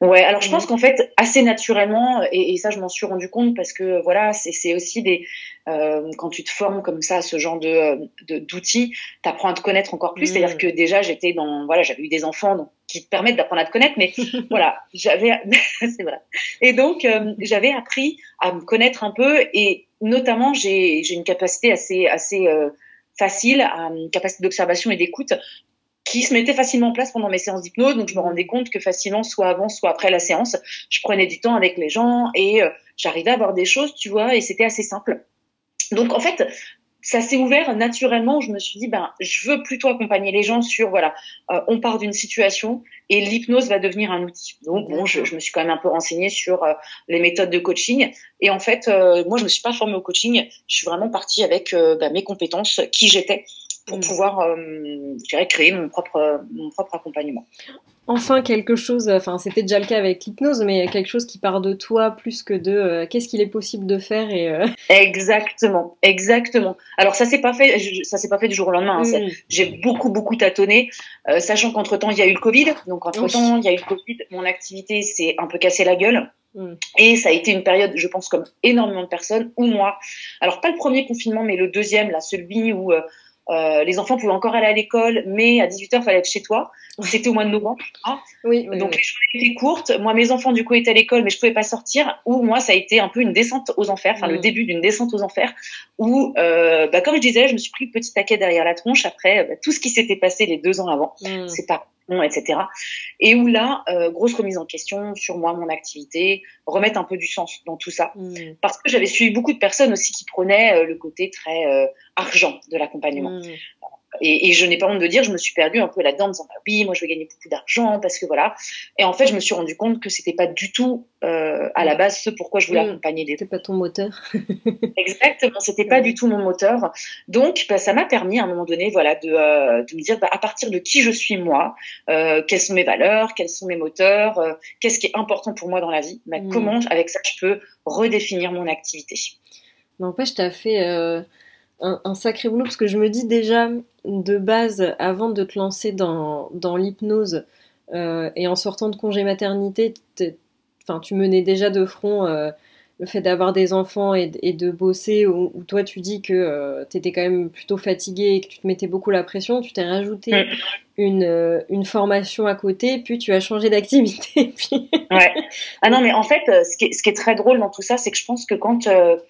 Ouais, alors je pense qu'en fait, assez naturellement, et ça je m'en suis rendu compte parce que voilà, c'est aussi quand tu te formes comme ça à ce genre d'outils, t'apprends à te connaître encore plus. C'est-à-dire que déjà j'avais eu des enfants qui te permettent d'apprendre à te connaître, mais voilà, c'est vrai. Et donc j'avais appris à me connaître un peu, et notamment j'ai une capacité assez facile, une capacité d'observation et d'écoute qui se mettait facilement en place pendant mes séances d'hypnose. Donc, je me rendais compte que facilement, soit avant, soit après la séance, je prenais du temps avec les gens et j'arrivais à voir des choses, tu vois, et c'était assez simple. Donc, en fait, ça s'est ouvert naturellement. Je me suis dit, je veux plutôt accompagner les gens sur, voilà, on part d'une situation et l'hypnose va devenir un outil. Donc, bon, je me suis quand même un peu renseignée sur les méthodes de coaching. Et en fait, moi, je me suis pas formée au coaching. Je suis vraiment partie avec mes compétences, qui j'étais, pour pouvoir, je dirais, créer mon propre accompagnement. Enfin, quelque chose, c'était déjà le cas avec l'hypnose, mais quelque chose qui part de toi plus que de qu'est-ce qu'il est possible de faire Exactement. Alors ça s'est pas fait du jour au lendemain. Hein. J'ai beaucoup tâtonné, sachant qu'entre-temps il y a eu le Covid. Donc entre-temps il y a eu le Covid, mon activité s'est un peu cassé la gueule. Et ça a été une période, je pense, comme énormément de personnes, où moi, alors pas le premier confinement, mais le deuxième, là, celui où les enfants pouvaient encore aller à l'école, mais à 18h, il fallait être chez toi. C'était au mois de novembre. Hein. Oui, donc, les journées étaient courtes. Moi, mes enfants, du coup, étaient à l'école, mais je pouvais pas sortir. Ou moi, ça a été un peu une descente aux enfers, le début d'une descente aux enfers, où, comme je disais, je me suis pris le petit taquet derrière la tronche après tout ce qui s'était passé les 2 ans avant. C'est pas bon, etc. Et où là, grosse remise en question sur moi, mon activité, remettre un peu du sens dans tout ça. Parce que j'avais suivi beaucoup de personnes aussi qui prenaient le côté très argent de l'accompagnement. Et je n'ai pas honte de dire, je me suis perdue un peu là-dedans en disant, oui, moi je vais gagner beaucoup d'argent parce que voilà. Et en fait, je me suis rendu compte que c'était pas du tout à la base ce pourquoi je voulais accompagner des gens. C'était pas ton moteur. Exactement, c'était pas du tout mon moteur. Donc, ça m'a permis à un moment donné, voilà, de me dire, à partir de qui je suis moi, quelles sont mes valeurs, quels sont mes moteurs, qu'est-ce qui est important pour moi dans la vie, comment avec ça je peux redéfinir mon activité. N'empêche, t'as fait un sacré boulot, parce que je me dis déjà, de base, avant de te lancer dans l'hypnose, et en sortant de congé maternité, tu menais déjà de front le fait d'avoir des enfants et de bosser, où toi tu dis que t'étais quand même plutôt fatiguée et que tu te mettais beaucoup la pression, tu t'es rajouté une formation à côté, puis tu as changé d'activité. Puis... Ouais. Ah non, mais en fait, ce qui est très drôle dans tout ça, c'est que je pense que quand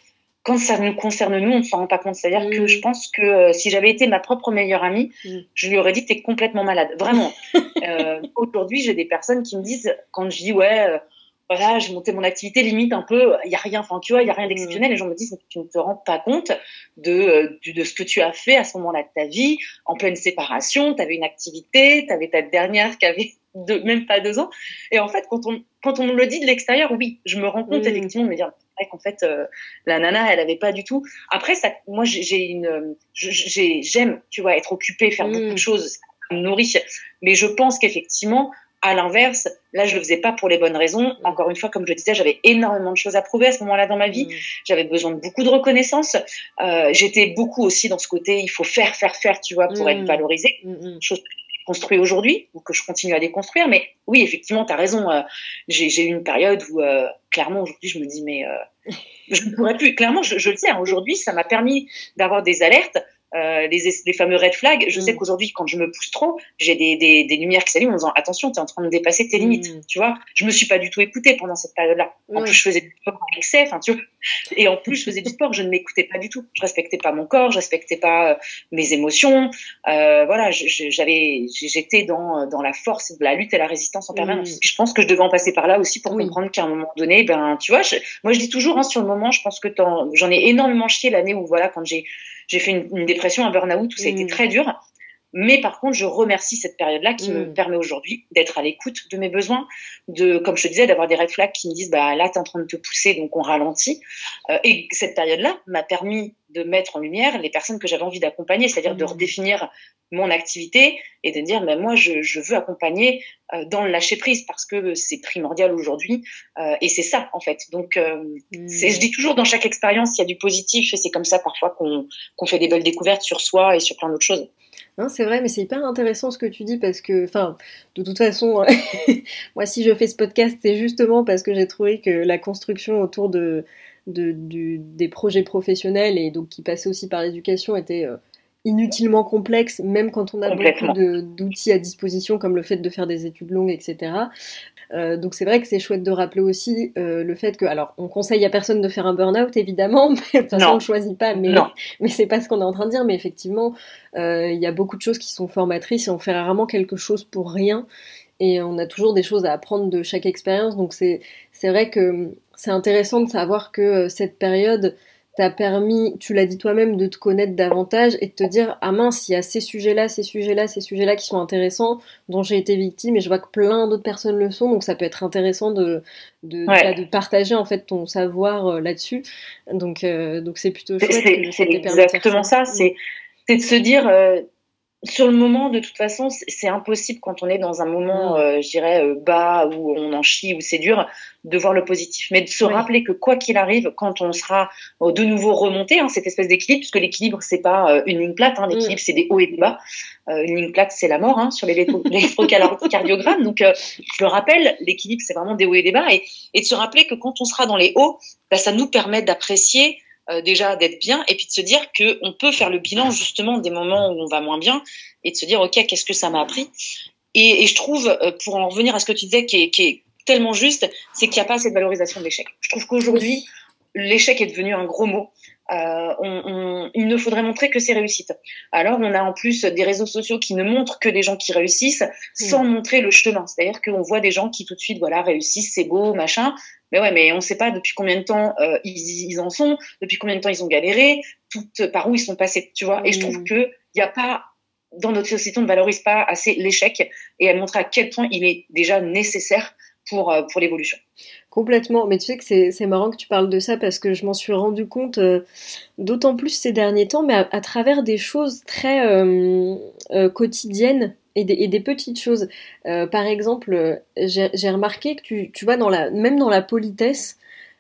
ça nous concerne, nous, on ne s'en rend pas compte. C'est-à-dire que je pense que si j'avais été ma propre meilleure amie, je lui aurais dit, t'es complètement malade. Vraiment. Aujourd'hui, j'ai des personnes qui me disent, quand je dis, voilà, j'ai monté mon activité, limite un peu, il y a rien, tu vois, il y a rien d'exceptionnel. Les gens me disent, tu ne te rends pas compte de ce que tu as fait à ce moment-là de ta vie, en pleine séparation, t'avais une activité, t'avais ta dernière qui avait même pas 2 ans. Et en fait, quand on me le dit de l'extérieur, oui, je me rends compte effectivement de me dire, qu'en fait, la nana, elle avait pas du tout. Après, ça, moi, j'aime, tu vois, être occupée, faire beaucoup de choses, ça me nourrit. Mais je pense qu'effectivement, à l'inverse, là, je le faisais pas pour les bonnes raisons. Encore une fois, comme je le disais, j'avais énormément de choses à prouver à ce moment-là dans ma vie. J'avais besoin de beaucoup de reconnaissance. J'étais beaucoup aussi dans ce côté, il faut faire, tu vois, pour être valorisée. Chose que j'ai construit aujourd'hui, ou que je continue à déconstruire. Mais oui, effectivement, tu as raison. J'ai eu une période où, clairement, aujourd'hui, je me dis, mais je ne pourrais plus. Clairement, je le sais, hein, aujourd'hui, ça m'a permis d'avoir des alertes. Les fameux red flags, je sais qu'aujourd'hui, quand je me pousse trop, j'ai des lumières qui s'allument en disant attention, t'es en train de dépasser tes limites, tu vois. Je me suis pas du tout écoutée pendant cette période-là. En plus, je faisais du sport en excès, tu vois. Et en plus, je faisais du sport, je ne m'écoutais pas du tout. Je respectais pas mon corps, je respectais pas mes émotions. Voilà, j'étais dans la force de la lutte et la résistance en permanence. Je pense que je devais en passer par là aussi pour comprendre qu'à un moment donné, tu vois, moi je dis toujours, hein, sur le moment, je pense que j'en ai énormément chié l'année où, voilà, quand j'ai fait une dépression, un burn-out, où ça a été très dur. Mais par contre, je remercie cette période-là qui me permet aujourd'hui d'être à l'écoute de mes besoins, comme je te disais, d'avoir des red flags qui me disent, là, t'es en train de te pousser, donc on ralentit. Et cette période-là m'a permis de mettre en lumière les personnes que j'avais envie d'accompagner, c'est-à-dire de redéfinir mon activité et de dire mais moi je veux accompagner dans le lâcher prise parce que c'est primordial aujourd'hui et c'est ça en fait. Donc je dis toujours dans chaque expérience il y a du positif et c'est comme ça parfois qu'on fait des belles découvertes sur soi et sur plein d'autres choses. Non, c'est vrai, mais c'est hyper intéressant ce que tu dis parce que, enfin, de toute façon, moi si je fais ce podcast, c'est justement parce que j'ai trouvé que la construction autour des projets professionnels et donc qui passaient aussi par l'éducation était inutilement complexe, même quand on a beaucoup d'outils à disposition comme le fait de faire des études longues, etc. Donc c'est vrai que c'est chouette de rappeler aussi le fait que, alors on conseille à personne de faire un burn-out évidemment, mais de toute façon on le choisit pas, mais c'est pas ce qu'on est en train de dire, mais effectivement il y a beaucoup de choses qui sont formatrices et on fait rarement quelque chose pour rien et on a toujours des choses à apprendre de chaque expérience, donc c'est vrai que c'est intéressant de savoir que cette période t'a permis, tu l'as dit toi-même, de te connaître davantage et de te dire ah mince, il y a ces sujets-là qui sont intéressants, dont j'ai été victime et je vois que plein d'autres personnes le sont, donc ça peut être intéressant de partager en fait ton savoir là-dessus. Donc c'est plutôt chouette. C'est exactement ça. C'est de se dire sur le moment, de toute façon, c'est impossible quand on est dans un moment, je dirais, bas, où on en chie, où c'est dur, de voir le positif. Mais de se rappeler que quoi qu'il arrive, quand on sera de nouveau remonté, cette espèce d'équilibre, puisque l'équilibre, c'est pas une ligne plate, l'équilibre, c'est des hauts et des bas. Une ligne plate, c'est la mort sur l'électrocardiogramme. Donc, je le rappelle, l'équilibre, c'est vraiment des hauts et des bas. Et de se rappeler que quand on sera dans les hauts, ça nous permet d'apprécier déjà d'être bien et puis de se dire que on peut faire le bilan justement des moments où on va moins bien et de se dire ok, qu'est-ce que ça m'a appris et je trouve pour en revenir à ce que tu disais qui est tellement juste, c'est qu'il n'y a pas assez de valorisation de l'échec. Je trouve qu'aujourd'hui l'échec est devenu un gros mot. Il ne faudrait montrer que ses réussites. Alors on a en plus des réseaux sociaux qui ne montrent que des gens qui réussissent sans montrer le chemin, c'est-à-dire qu'on voit des gens qui tout de suite réussissent, c'est beau, machin. Mais on ne sait pas depuis combien de temps ils en sont, depuis combien de temps ils ont galéré, par où ils sont passés, tu vois. Et je trouve que il y a pas, dans notre société, on ne valorise pas assez l'échec et à montrer à quel point il est déjà nécessaire pour l'évolution. Complètement, mais tu sais que c'est marrant que tu parles de ça parce que je m'en suis rendu compte d'autant plus ces derniers temps, mais à travers des choses très quotidiennes et des petites choses. Par exemple, j'ai remarqué que tu vois, même dans la politesse,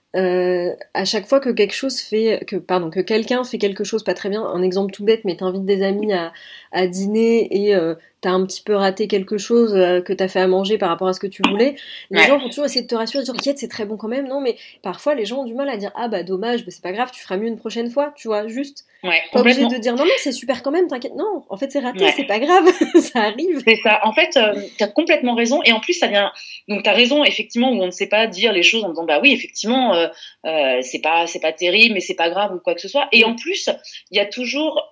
à chaque fois que que quelqu'un fait quelque chose pas très bien, un exemple tout bête, mais t'invites des amis à dîner et t'as un petit peu raté quelque chose que t'as fait à manger par rapport à ce que tu voulais, les gens vont toujours essayer de te rassurer, de dire t'inquiète, c'est très bon quand même, non, mais parfois les gens ont du mal à dire ah bah dommage, c'est pas grave, tu feras mieux une prochaine fois, tu vois, juste pas obligé de dire non c'est super quand même, t'inquiète, non, en fait c'est raté, c'est pas grave, ça arrive. C'est ça, en fait t'as complètement raison, et en plus ça vient, donc t'as raison effectivement, où on ne sait pas dire les choses en disant bah oui effectivement c'est pas terrible mais c'est pas grave ou quoi que ce soit, et en plus il y a toujours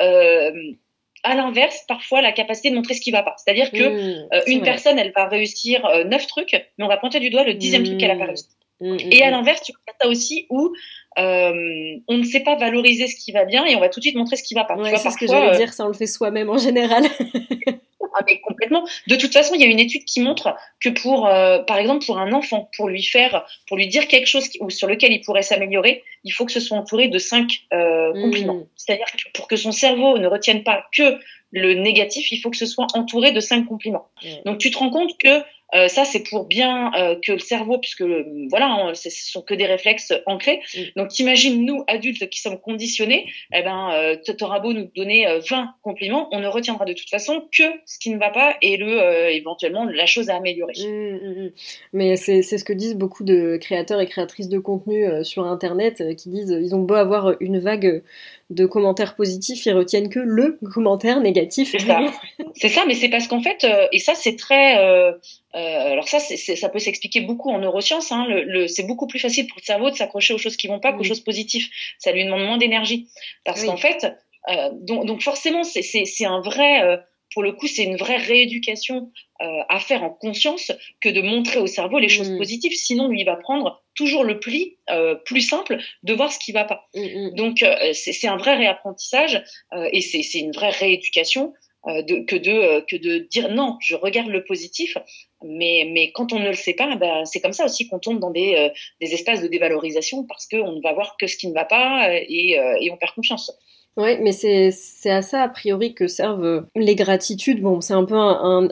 à l'inverse, parfois, la capacité de montrer ce qui va pas. C'est-à-dire que une personne, elle va réussir 9 trucs, mais on va pointer du doigt le 10e truc qu'elle a pas réussi. Et à l'inverse, tu vois ça aussi où on ne sait pas valoriser ce qui va bien et on va tout de suite montrer ce qui va pas. Ouais, tu vois, c'est parfois, ce que j'allais dire, ça on le fait soi-même en général. Mais complètement. De toute façon, il y a une étude qui montre que par exemple, pour un enfant, pour lui dire quelque chose sur lequel il pourrait s'améliorer, il faut que ce soit entouré de 5 compliments. C'est-à-dire que pour que son cerveau ne retienne pas que le négatif, il faut que ce soit entouré de 5 compliments. Donc, tu te rends compte que ça, c'est pour bien que le cerveau, puisque ce sont que des réflexes ancrés. Donc, t'imagines, nous, adultes qui sommes conditionnés, t'auras beau nous donner 20 compliments, on ne retiendra de toute façon que ce qui ne va pas et éventuellement la chose à améliorer. Mais c'est ce que disent beaucoup de créateurs et créatrices de contenu sur Internet qui disent ils ont beau avoir une vague de commentaires positifs, ils retiennent que le commentaire négatif. C'est ça, mais c'est parce qu'en fait, et ça c'est très... alors ça peut s'expliquer beaucoup en neurosciences. C'est beaucoup plus facile pour le cerveau de s'accrocher aux choses qui vont pas qu'aux choses positives. Ça lui demande moins d'énergie. Parce qu'en fait, donc forcément, c'est un vrai... pour le coup, c'est une vraie rééducation à faire en conscience que de montrer au cerveau les choses positives. Sinon, lui, il va prendre toujours le pli plus simple de voir ce qui va pas. Donc, c'est un vrai réapprentissage et c'est une vraie rééducation. que de dire non, je regarde le positif, mais quand on ne le sait pas, c'est comme ça aussi qu'on tombe dans des espaces de dévalorisation parce qu'on ne va voir que ce qui ne va pas et on perd confiance. Ouais, mais c'est à ça a priori que servent les gratitudes. Bon, c'est un peu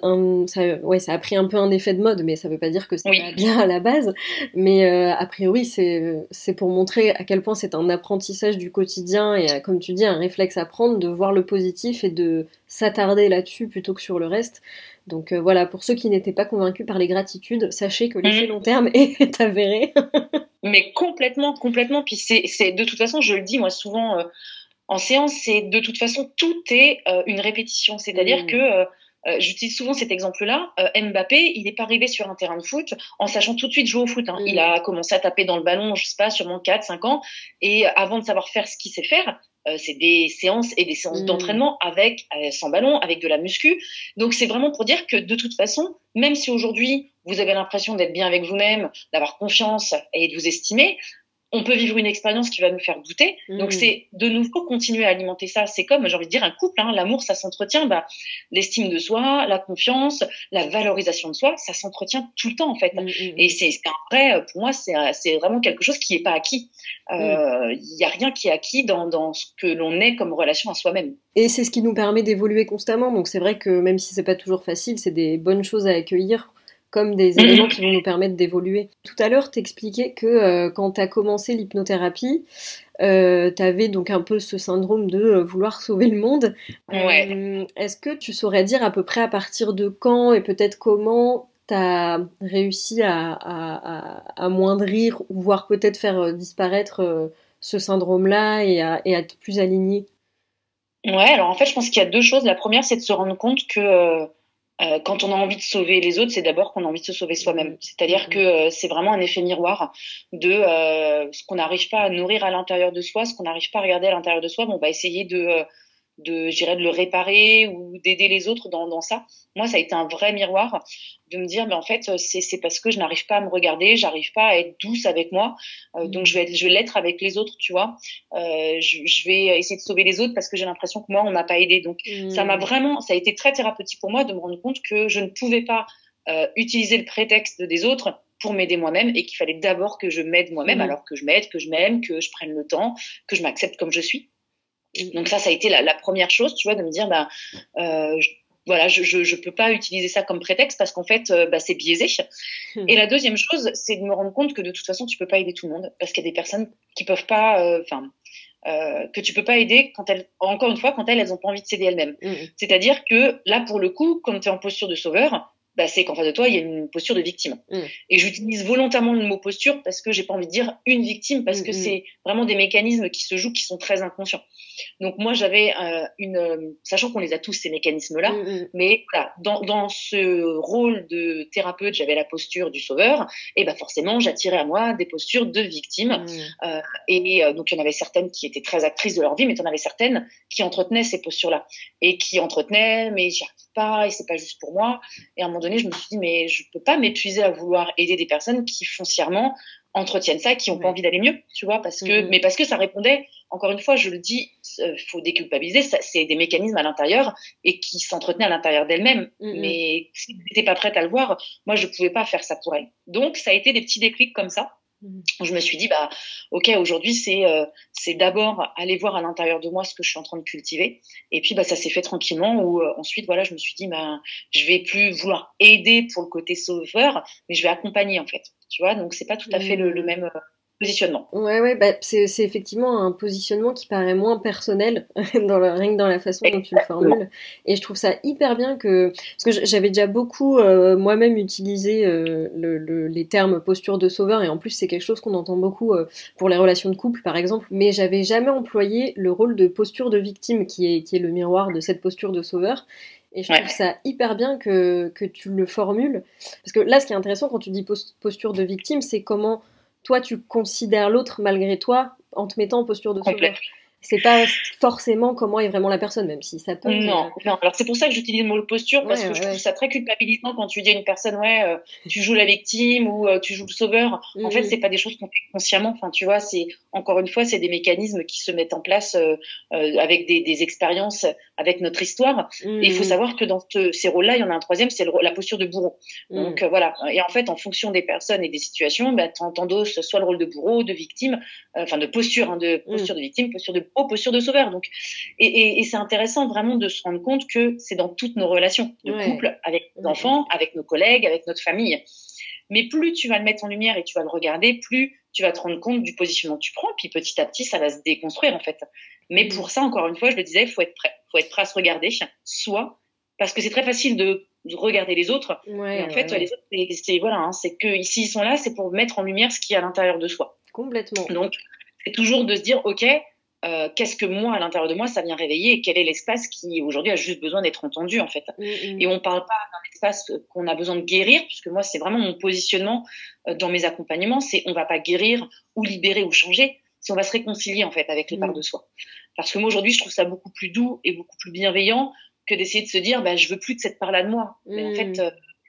ça a pris un peu un effet de mode, mais ça veut pas dire que c'est pas bien à la base. Mais a priori, c'est pour montrer à quel point c'est un apprentissage du quotidien et comme tu dis, un réflexe à prendre de voir le positif et de s'attarder là-dessus plutôt que sur le reste. Donc voilà, pour ceux qui n'étaient pas convaincus par les gratitudes, sachez que l'effet long terme est avéré. Mais complètement. Puis c'est de toute façon, je le dis moi souvent. En séance, c'est de toute façon, tout est une répétition. C'est-à-dire que j'utilise souvent cet exemple-là. Mbappé, il n'est pas arrivé sur un terrain de foot en sachant tout de suite jouer au foot. Il a commencé à taper dans le ballon, je sais pas, sûrement 4-5 ans. Et avant de savoir faire ce qu'il sait faire, c'est des séances et des séances d'entraînement avec sans ballon, avec de la muscu. Donc c'est vraiment pour dire que de toute façon, même si aujourd'hui vous avez l'impression d'être bien avec vous-même, d'avoir confiance et de vous estimer, on peut vivre une expérience qui va nous faire douter. Donc, c'est de nouveau continuer à alimenter ça. C'est comme, j'ai envie de dire, un couple. L'amour, ça s'entretient. L'estime de soi, la confiance, la valorisation de soi, ça s'entretient tout le temps, en fait. Et c'est un vrai, pour moi, c'est vraiment quelque chose qui n'est pas acquis. Il n'y a rien qui est acquis dans ce que l'on est comme relation à soi-même. Et c'est ce qui nous permet d'évoluer constamment. Donc, c'est vrai que même si c'est pas toujours facile, c'est des bonnes choses à accueillir comme des éléments qui vont nous permettre d'évoluer. Tout à l'heure, t'expliquais que quand t'as commencé l'hypnothérapie, t'avais donc un peu ce syndrome de vouloir sauver le monde. Ouais. Est-ce que tu saurais dire à peu près à partir de quand et peut-être comment t'as réussi à amoindrir ou voire peut-être faire disparaître ce syndrome-là et à être plus aligné? Ouais, alors en fait, je pense qu'il y a deux choses. La première, c'est de se rendre compte que quand on a envie de sauver les autres, c'est d'abord qu'on a envie de se sauver soi-même. C'est-à-dire que c'est vraiment un effet miroir de ce qu'on n'arrive pas à nourrir à l'intérieur de soi, ce qu'on n'arrive pas à regarder à l'intérieur de soi, on va essayer de le réparer ou d'aider les autres dans ça. Moi, ça a été un vrai miroir de me dire, en fait, c'est parce que je n'arrive pas à me regarder, j'arrive pas à être douce avec moi, donc je vais l'être avec les autres, tu vois. Je vais essayer de sauver les autres parce que j'ai l'impression que moi, on m'a pas aidé. Donc, ça a été très thérapeutique pour moi de me rendre compte que je ne pouvais pas utiliser le prétexte des autres pour m'aider moi-même et qu'il fallait d'abord que je m'aide moi-même, alors que je m'aide, que je m'aime, que je prenne le temps, que je m'accepte comme je suis. Donc ça a été la première chose, tu vois, de me dire, je peux pas utiliser ça comme prétexte parce qu'en fait, c'est biaisé. Et la deuxième chose, c'est de me rendre compte que de toute façon, tu peux pas aider tout le monde parce qu'il y a des personnes qui peuvent pas, que tu peux pas aider quand elles ont pas envie de s'aider elles-mêmes. C'est-à-dire que là, pour le coup, quand tu es en posture de sauveur, c'est qu'en face de toi, il y a une posture de victime. Et j'utilise volontairement le mot posture parce que j'ai pas envie de dire une victime, parce que c'est vraiment des mécanismes qui se jouent, qui sont très inconscients. Donc moi, j'avais sachant qu'on les a tous, ces mécanismes-là, mais voilà, dans ce rôle de thérapeute, j'avais la posture du sauveur, et forcément, j'attirais à moi des postures de victime. Donc il y en avait certaines qui étaient très actrices de leur vie, mais il y en avait certaines qui entretenaient ces postures-là, et qui entretenaient, mais j'y arrive pas, et c'est pas juste pour moi. Et à un moment donné, je me suis dit, mais je peux pas m'épuiser à vouloir aider des personnes qui foncièrement entretiennent ça, qui ont pas envie d'aller mieux, tu vois, parce que ça répondait, encore une fois, je le dis, faut déculpabiliser, c'est des mécanismes à l'intérieur et qui s'entretenaient à l'intérieur d'elles-mêmes. Mais si elles n'étaient pas prêtes à le voir, moi, je pouvais pas faire ça pour elles. Donc, ça a été des petits déclics comme ça. Je me suis dit, ok, aujourd'hui, c'est d'abord aller voir à l'intérieur de moi ce que je suis en train de cultiver. Et puis, ça s'est fait tranquillement où ensuite, voilà, je me suis dit, je vais plus vouloir aider pour le côté sauveur, mais je vais accompagner, en fait. Tu vois, donc c'est pas tout à fait le même positionnement. Ouais, c'est effectivement un positionnement qui paraît moins personnel rien que dans la façon dont tu le formules. Et je trouve ça hyper bien parce que j'avais déjà beaucoup moi-même utilisé les termes posture de sauveur, et en plus c'est quelque chose qu'on entend beaucoup pour les relations de couple par exemple, mais j'avais jamais employé le rôle de posture de victime qui est le miroir de cette posture de sauveur. Et je trouve ça hyper bien que tu le formules. Parce que là, ce qui est intéressant quand tu dis posture de victime, c'est comment toi, tu considères l'autre malgré toi en te mettant en posture de sauveur. C'est pas forcément comment est vraiment la personne, même si ça peut. Non. Alors c'est pour ça que j'utilise le mot posture, parce que je trouve ça très culpabilisant quand tu dis à une personne, tu joues la victime ou tu joues le sauveur. En fait, c'est pas des choses qu'on fait consciemment. Enfin, tu vois, c'est encore une fois, c'est des mécanismes qui se mettent en place avec des expériences, avec notre histoire. Et il faut savoir que dans ces rôles-là, il y en a un troisième, c'est la posture de bourreau. Donc voilà. Et en fait, en fonction des personnes et des situations, t'endosses soit le rôle de bourreau, de victime, de posture, de posture de victime, posture de bourreau, posture de sauveur. Donc, et c'est intéressant vraiment de se rendre compte que c'est dans toutes nos relations de couple, avec nos enfants, avec nos collègues, avec notre famille. Mais plus tu vas le mettre en lumière et tu vas le regarder, plus tu vas te rendre compte du positionnement que tu prends, puis petit à petit, ça va se déconstruire en fait. Mais pour ça, encore une fois, je le disais, il faut être prêt. Il faut être prêt à se regarder, soit parce que c'est très facile de regarder les autres, mais en fait, les autres, c'est que s'ils sont là, c'est pour mettre en lumière ce qu'il y a à l'intérieur de soi. Complètement. Donc, c'est toujours de se dire, ok, qu'est-ce que moi, à l'intérieur de moi, ça vient réveiller, et quel est l'espace qui, aujourd'hui, a juste besoin d'être entendu, en fait. Et on parle pas d'un espace qu'on a besoin de guérir, puisque moi, c'est vraiment mon positionnement dans mes accompagnements, c'est on va pas guérir ou libérer ou changer, c'est on va se réconcilier, en fait, avec les parts de soi. Parce que moi, aujourd'hui, je trouve ça beaucoup plus doux et beaucoup plus bienveillant que d'essayer de se dire, je veux plus de cette part-là de moi. Mais en fait,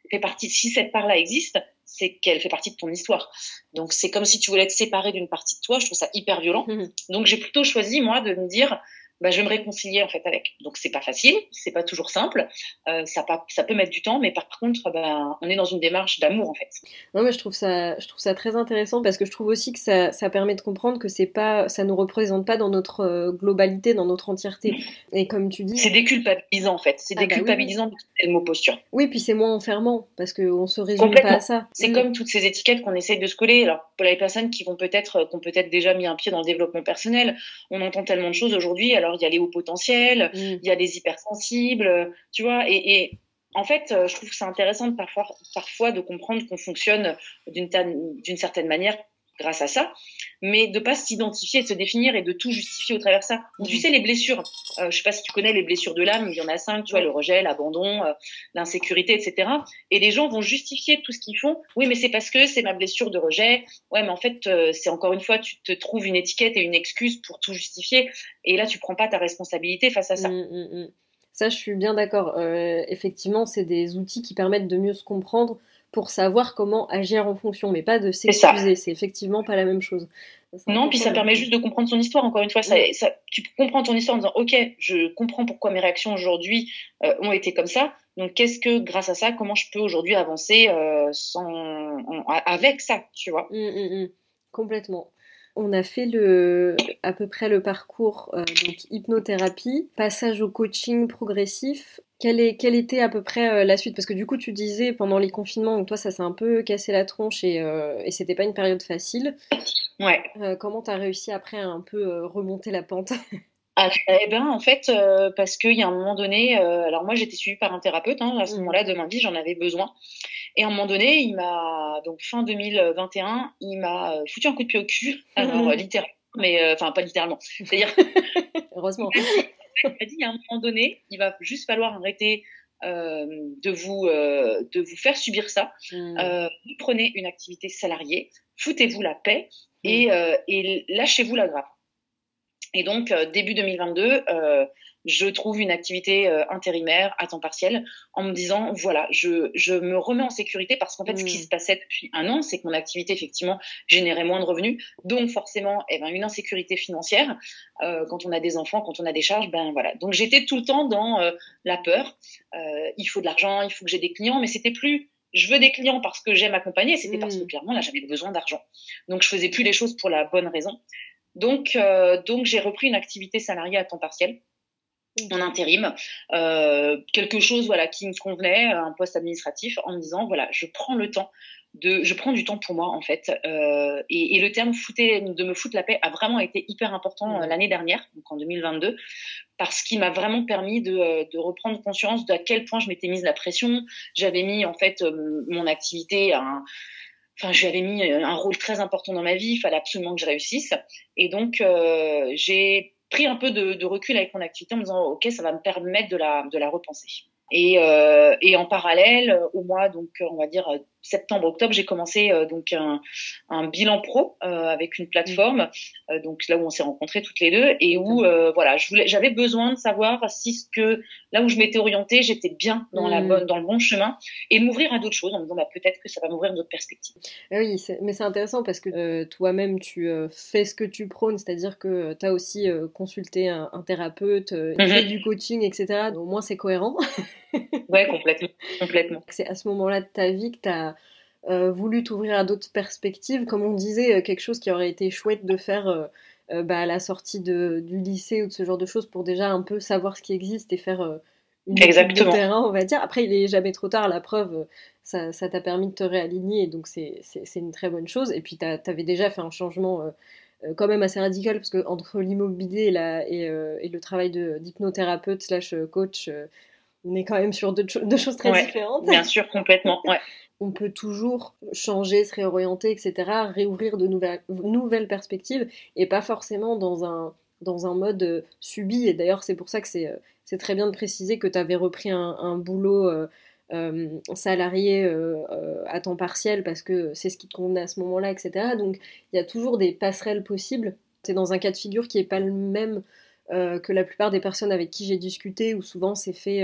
si cette part-là existe, c'est qu'elle fait partie de ton histoire. Donc, c'est comme si tu voulais être séparé d'une partie de toi. Je trouve ça hyper violent. Donc, j'ai plutôt choisi, moi, de me dire, je vais me réconcilier, en fait, avec. Donc, c'est pas facile, c'est pas toujours simple. Ça peut mettre du temps, mais par contre, on est dans une démarche d'amour, en fait. Non, mais je trouve ça très intéressant parce que je trouve aussi que ça permet de comprendre que ça nous représente pas dans notre globalité, dans notre entièreté. Et comme tu dis. C'est déculpabilisant, en fait. C'est déculpabilisant d'utiliser le mot posture. Oui, puis c'est moins enfermant parce qu'on se résume pas à ça. C'est comme toutes ces étiquettes qu'on essaye de se coller. Alors, pour les personnes qui ont peut-être déjà mis un pied dans le développement personnel, on entend tellement de choses aujourd'hui. Alors, il y a les hauts potentiels, il y a les hypersensibles, tu vois, et en fait, je trouve que c'est intéressant parfois de comprendre qu'on fonctionne d'une certaine manière grâce à ça, mais de pas s'identifier, de se définir et de tout justifier au travers de ça. Tu sais, les blessures, je sais pas si tu connais les blessures de l'âme, il y en a 5, tu vois, le rejet, l'abandon, l'insécurité, etc. Et les gens vont justifier tout ce qu'ils font. Oui, mais c'est parce que c'est ma blessure de rejet. Ouais, mais en fait, c'est encore une fois, tu te trouves une étiquette et une excuse pour tout justifier. Et là, tu prends pas ta responsabilité face à ça. Ça, je suis bien d'accord. Effectivement, c'est des outils qui permettent de mieux se comprendre pour savoir comment agir en fonction, mais pas de s'excuser. C'est effectivement pas la même chose. Non, puis ça permet juste de comprendre son histoire. Encore une fois, tu comprends ton histoire en disant, ok, je comprends pourquoi mes réactions aujourd'hui ont été comme ça. Donc, grâce à ça, comment je peux aujourd'hui avancer avec ça, tu vois. Complètement. On a fait à peu près le parcours donc hypnothérapie, passage au coaching progressif. Quelle était à peu près la suite? Parce que du coup, tu disais pendant les confinements, donc toi, ça s'est un peu cassé la tronche et c'était pas une période facile. Ouais. Comment t'as réussi après à un peu remonter la pente? En fait, parce qu'il y a un moment donné, alors moi j'étais suivie par un thérapeute, à ce moment-là de ma vie, j'en avais besoin. Et à un moment donné, donc fin 2021, il m'a foutu un coup de pied au cul, alors littéralement, mais pas littéralement. C'est-à-dire, heureusement. Il m'a dit, à un moment donné, il va juste falloir arrêter de vous faire subir ça. Vous prenez une activité salariée, foutez-vous la paix et lâchez-vous la grappe. Et donc, début 2022, je trouve une activité intérimaire à temps partiel en me disant, voilà, je me remets en sécurité parce qu'en fait, ce qui se passait depuis 1 an, c'est que mon activité, effectivement, générait moins de revenus. Donc, forcément, une insécurité financière. Quand on a des enfants, quand on a des charges, voilà. Donc, j'étais tout le temps dans la peur. Il faut de l'argent, il faut que j'ai des clients, mais c'était plus... Je veux des clients parce que j'aime accompagner, c'était parce que clairement, là, j'avais besoin d'argent. Donc, je faisais plus les choses pour la bonne raison. Donc, j'ai repris une activité salariée à temps partiel, en intérim, quelque chose qui me convenait, un poste administratif, en me disant je prends du temps pour moi en fait, et le terme de me foutre la paix a vraiment été hyper important l'année dernière, donc en 2022, parce qu'il m'a vraiment permis de reprendre conscience d'à quel point je m'étais mise la pression. J'avais mis en fait mon activité je lui avais mis un rôle très important dans ma vie, il fallait absolument que je réussisse. Et donc, j'ai pris un peu de recul avec mon activité en me disant, ok, ça va me permettre de la repenser. Et en parallèle, au mois, donc on va dire septembre-octobre, j'ai commencé donc un bilan pro avec une plateforme, donc là où on s'est rencontrés toutes les deux, et où voilà, j'avais besoin de savoir si là où je m'étais orientée, j'étais bien dans dans le bon chemin, et m'ouvrir à d'autres choses en me disant peut-être que ça va m'ouvrir d'autres perspectives. Oui, mais c'est intéressant parce que toi-même tu fais ce que tu prônes, c'est-à-dire que tu as aussi consulté un thérapeute, fait du coaching, etc. Au moins c'est cohérent. Ouais, complètement. C'est à ce moment-là de ta vie que tu as voulu t'ouvrir à d'autres perspectives, comme on disait, quelque chose qui aurait été chouette de faire à la sortie du lycée ou de ce genre de choses pour déjà un peu savoir ce qui existe et faire une étude de terrain, on va dire. Après, il est jamais trop tard, la preuve, ça t'a permis de te réaligner, et donc c'est une très bonne chose. Et puis t'avais déjà fait un changement quand même assez radical, parce que entre l'immobilier et le travail d'hypnothérapeute / coach, on est quand même sur deux choses très différentes. Bien sûr, complètement, ouais. On peut toujours changer, se réorienter, etc., réouvrir de nouvelles perspectives, et pas forcément dans un mode subi. Et d'ailleurs, c'est pour ça que c'est très bien de préciser que tu avais repris un boulot salarié à temps partiel, parce que c'est ce qui te convenait à ce moment-là, etc. Donc, il y a toujours des passerelles possibles. C'est dans un cas de figure qui n'est pas le même que la plupart des personnes avec qui j'ai discuté, où souvent c'est fait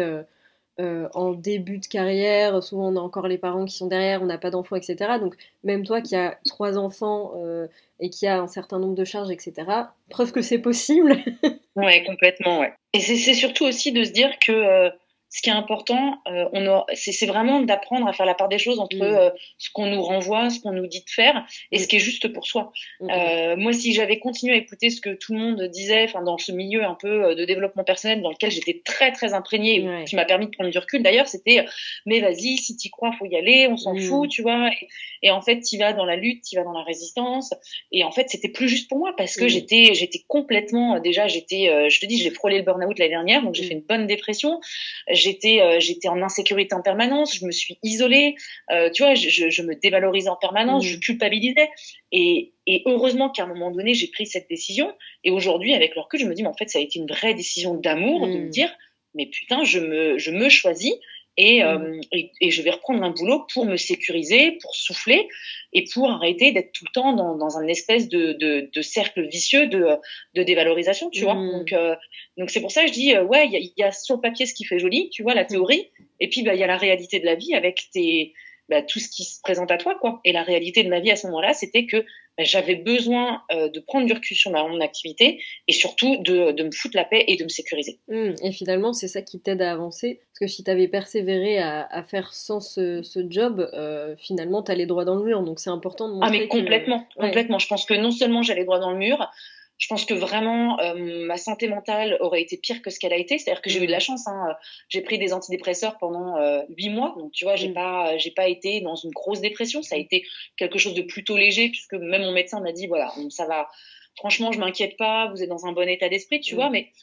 en début de carrière, souvent on a encore les parents qui sont derrière, on n'a pas d'enfants, etc. Donc même toi qui as 3 enfants et qui a un certain nombre de charges, etc., preuve que c'est possible. Ouais, complètement, ouais. Et c'est surtout aussi de se dire que ce qui est important, c'est vraiment d'apprendre à faire la part des choses entre ce qu'on nous renvoie, ce qu'on nous dit de faire, et ce qui est juste pour soi. Moi, si j'avais continué à écouter ce que tout le monde disait, dans ce milieu un peu de développement personnel dans lequel j'étais très très imprégnée, qui m'a permis de prendre du recul d'ailleurs, c'était mais vas-y, si t'y crois, faut y aller, on s'en fout, tu vois. Et en fait, t'y vas dans la lutte, t'y vas dans la résistance. Et en fait, c'était plus juste pour moi, parce que j'étais complètement, déjà, je te dis, j'ai frôlé le burn-out l'année dernière, donc j'ai fait une bonne dépression. J'étais en insécurité en permanence, je me suis isolée, tu vois, je me dévalorisais en permanence, je culpabilisais, et heureusement qu'à un moment donné j'ai pris cette décision, et aujourd'hui avec le recul je me dis mais en fait ça a été une vraie décision d'amour, de me dire mais putain je me choisis, et je vais reprendre un boulot pour me sécuriser, pour souffler, et pour arrêter d'être tout le temps dans un espèce de cercle vicieux de dévalorisation, tu vois. Donc c'est pour ça que je dis ouais, il y a sur le papier ce qui fait joli, tu vois, la théorie, et puis il y a la réalité de la vie avec tout ce qui se présente à toi, quoi. Et la réalité de ma vie à ce moment-là, c'était que j'avais besoin de prendre du recul sur mon activité, et surtout de me foutre la paix et de me sécuriser. Et finalement, c'est ça qui t'aide à avancer, parce que si t'avais persévéré à faire sans ce job, finalement t'allais droit dans le mur. Donc c'est important de montrer mais complètement. Je pense que non seulement j'allais droit dans le mur, je pense que vraiment ma santé mentale aurait été pire que ce qu'elle a été. C'est-à-dire que j'ai eu de la chance, j'ai pris des antidépresseurs pendant 8 mois, donc tu vois, j'ai pas été dans une grosse dépression. Ça a été quelque chose de plutôt léger, puisque même mon médecin m'a dit voilà, ça va, franchement je m'inquiète pas, vous êtes dans un bon état d'esprit, tu vois. Mais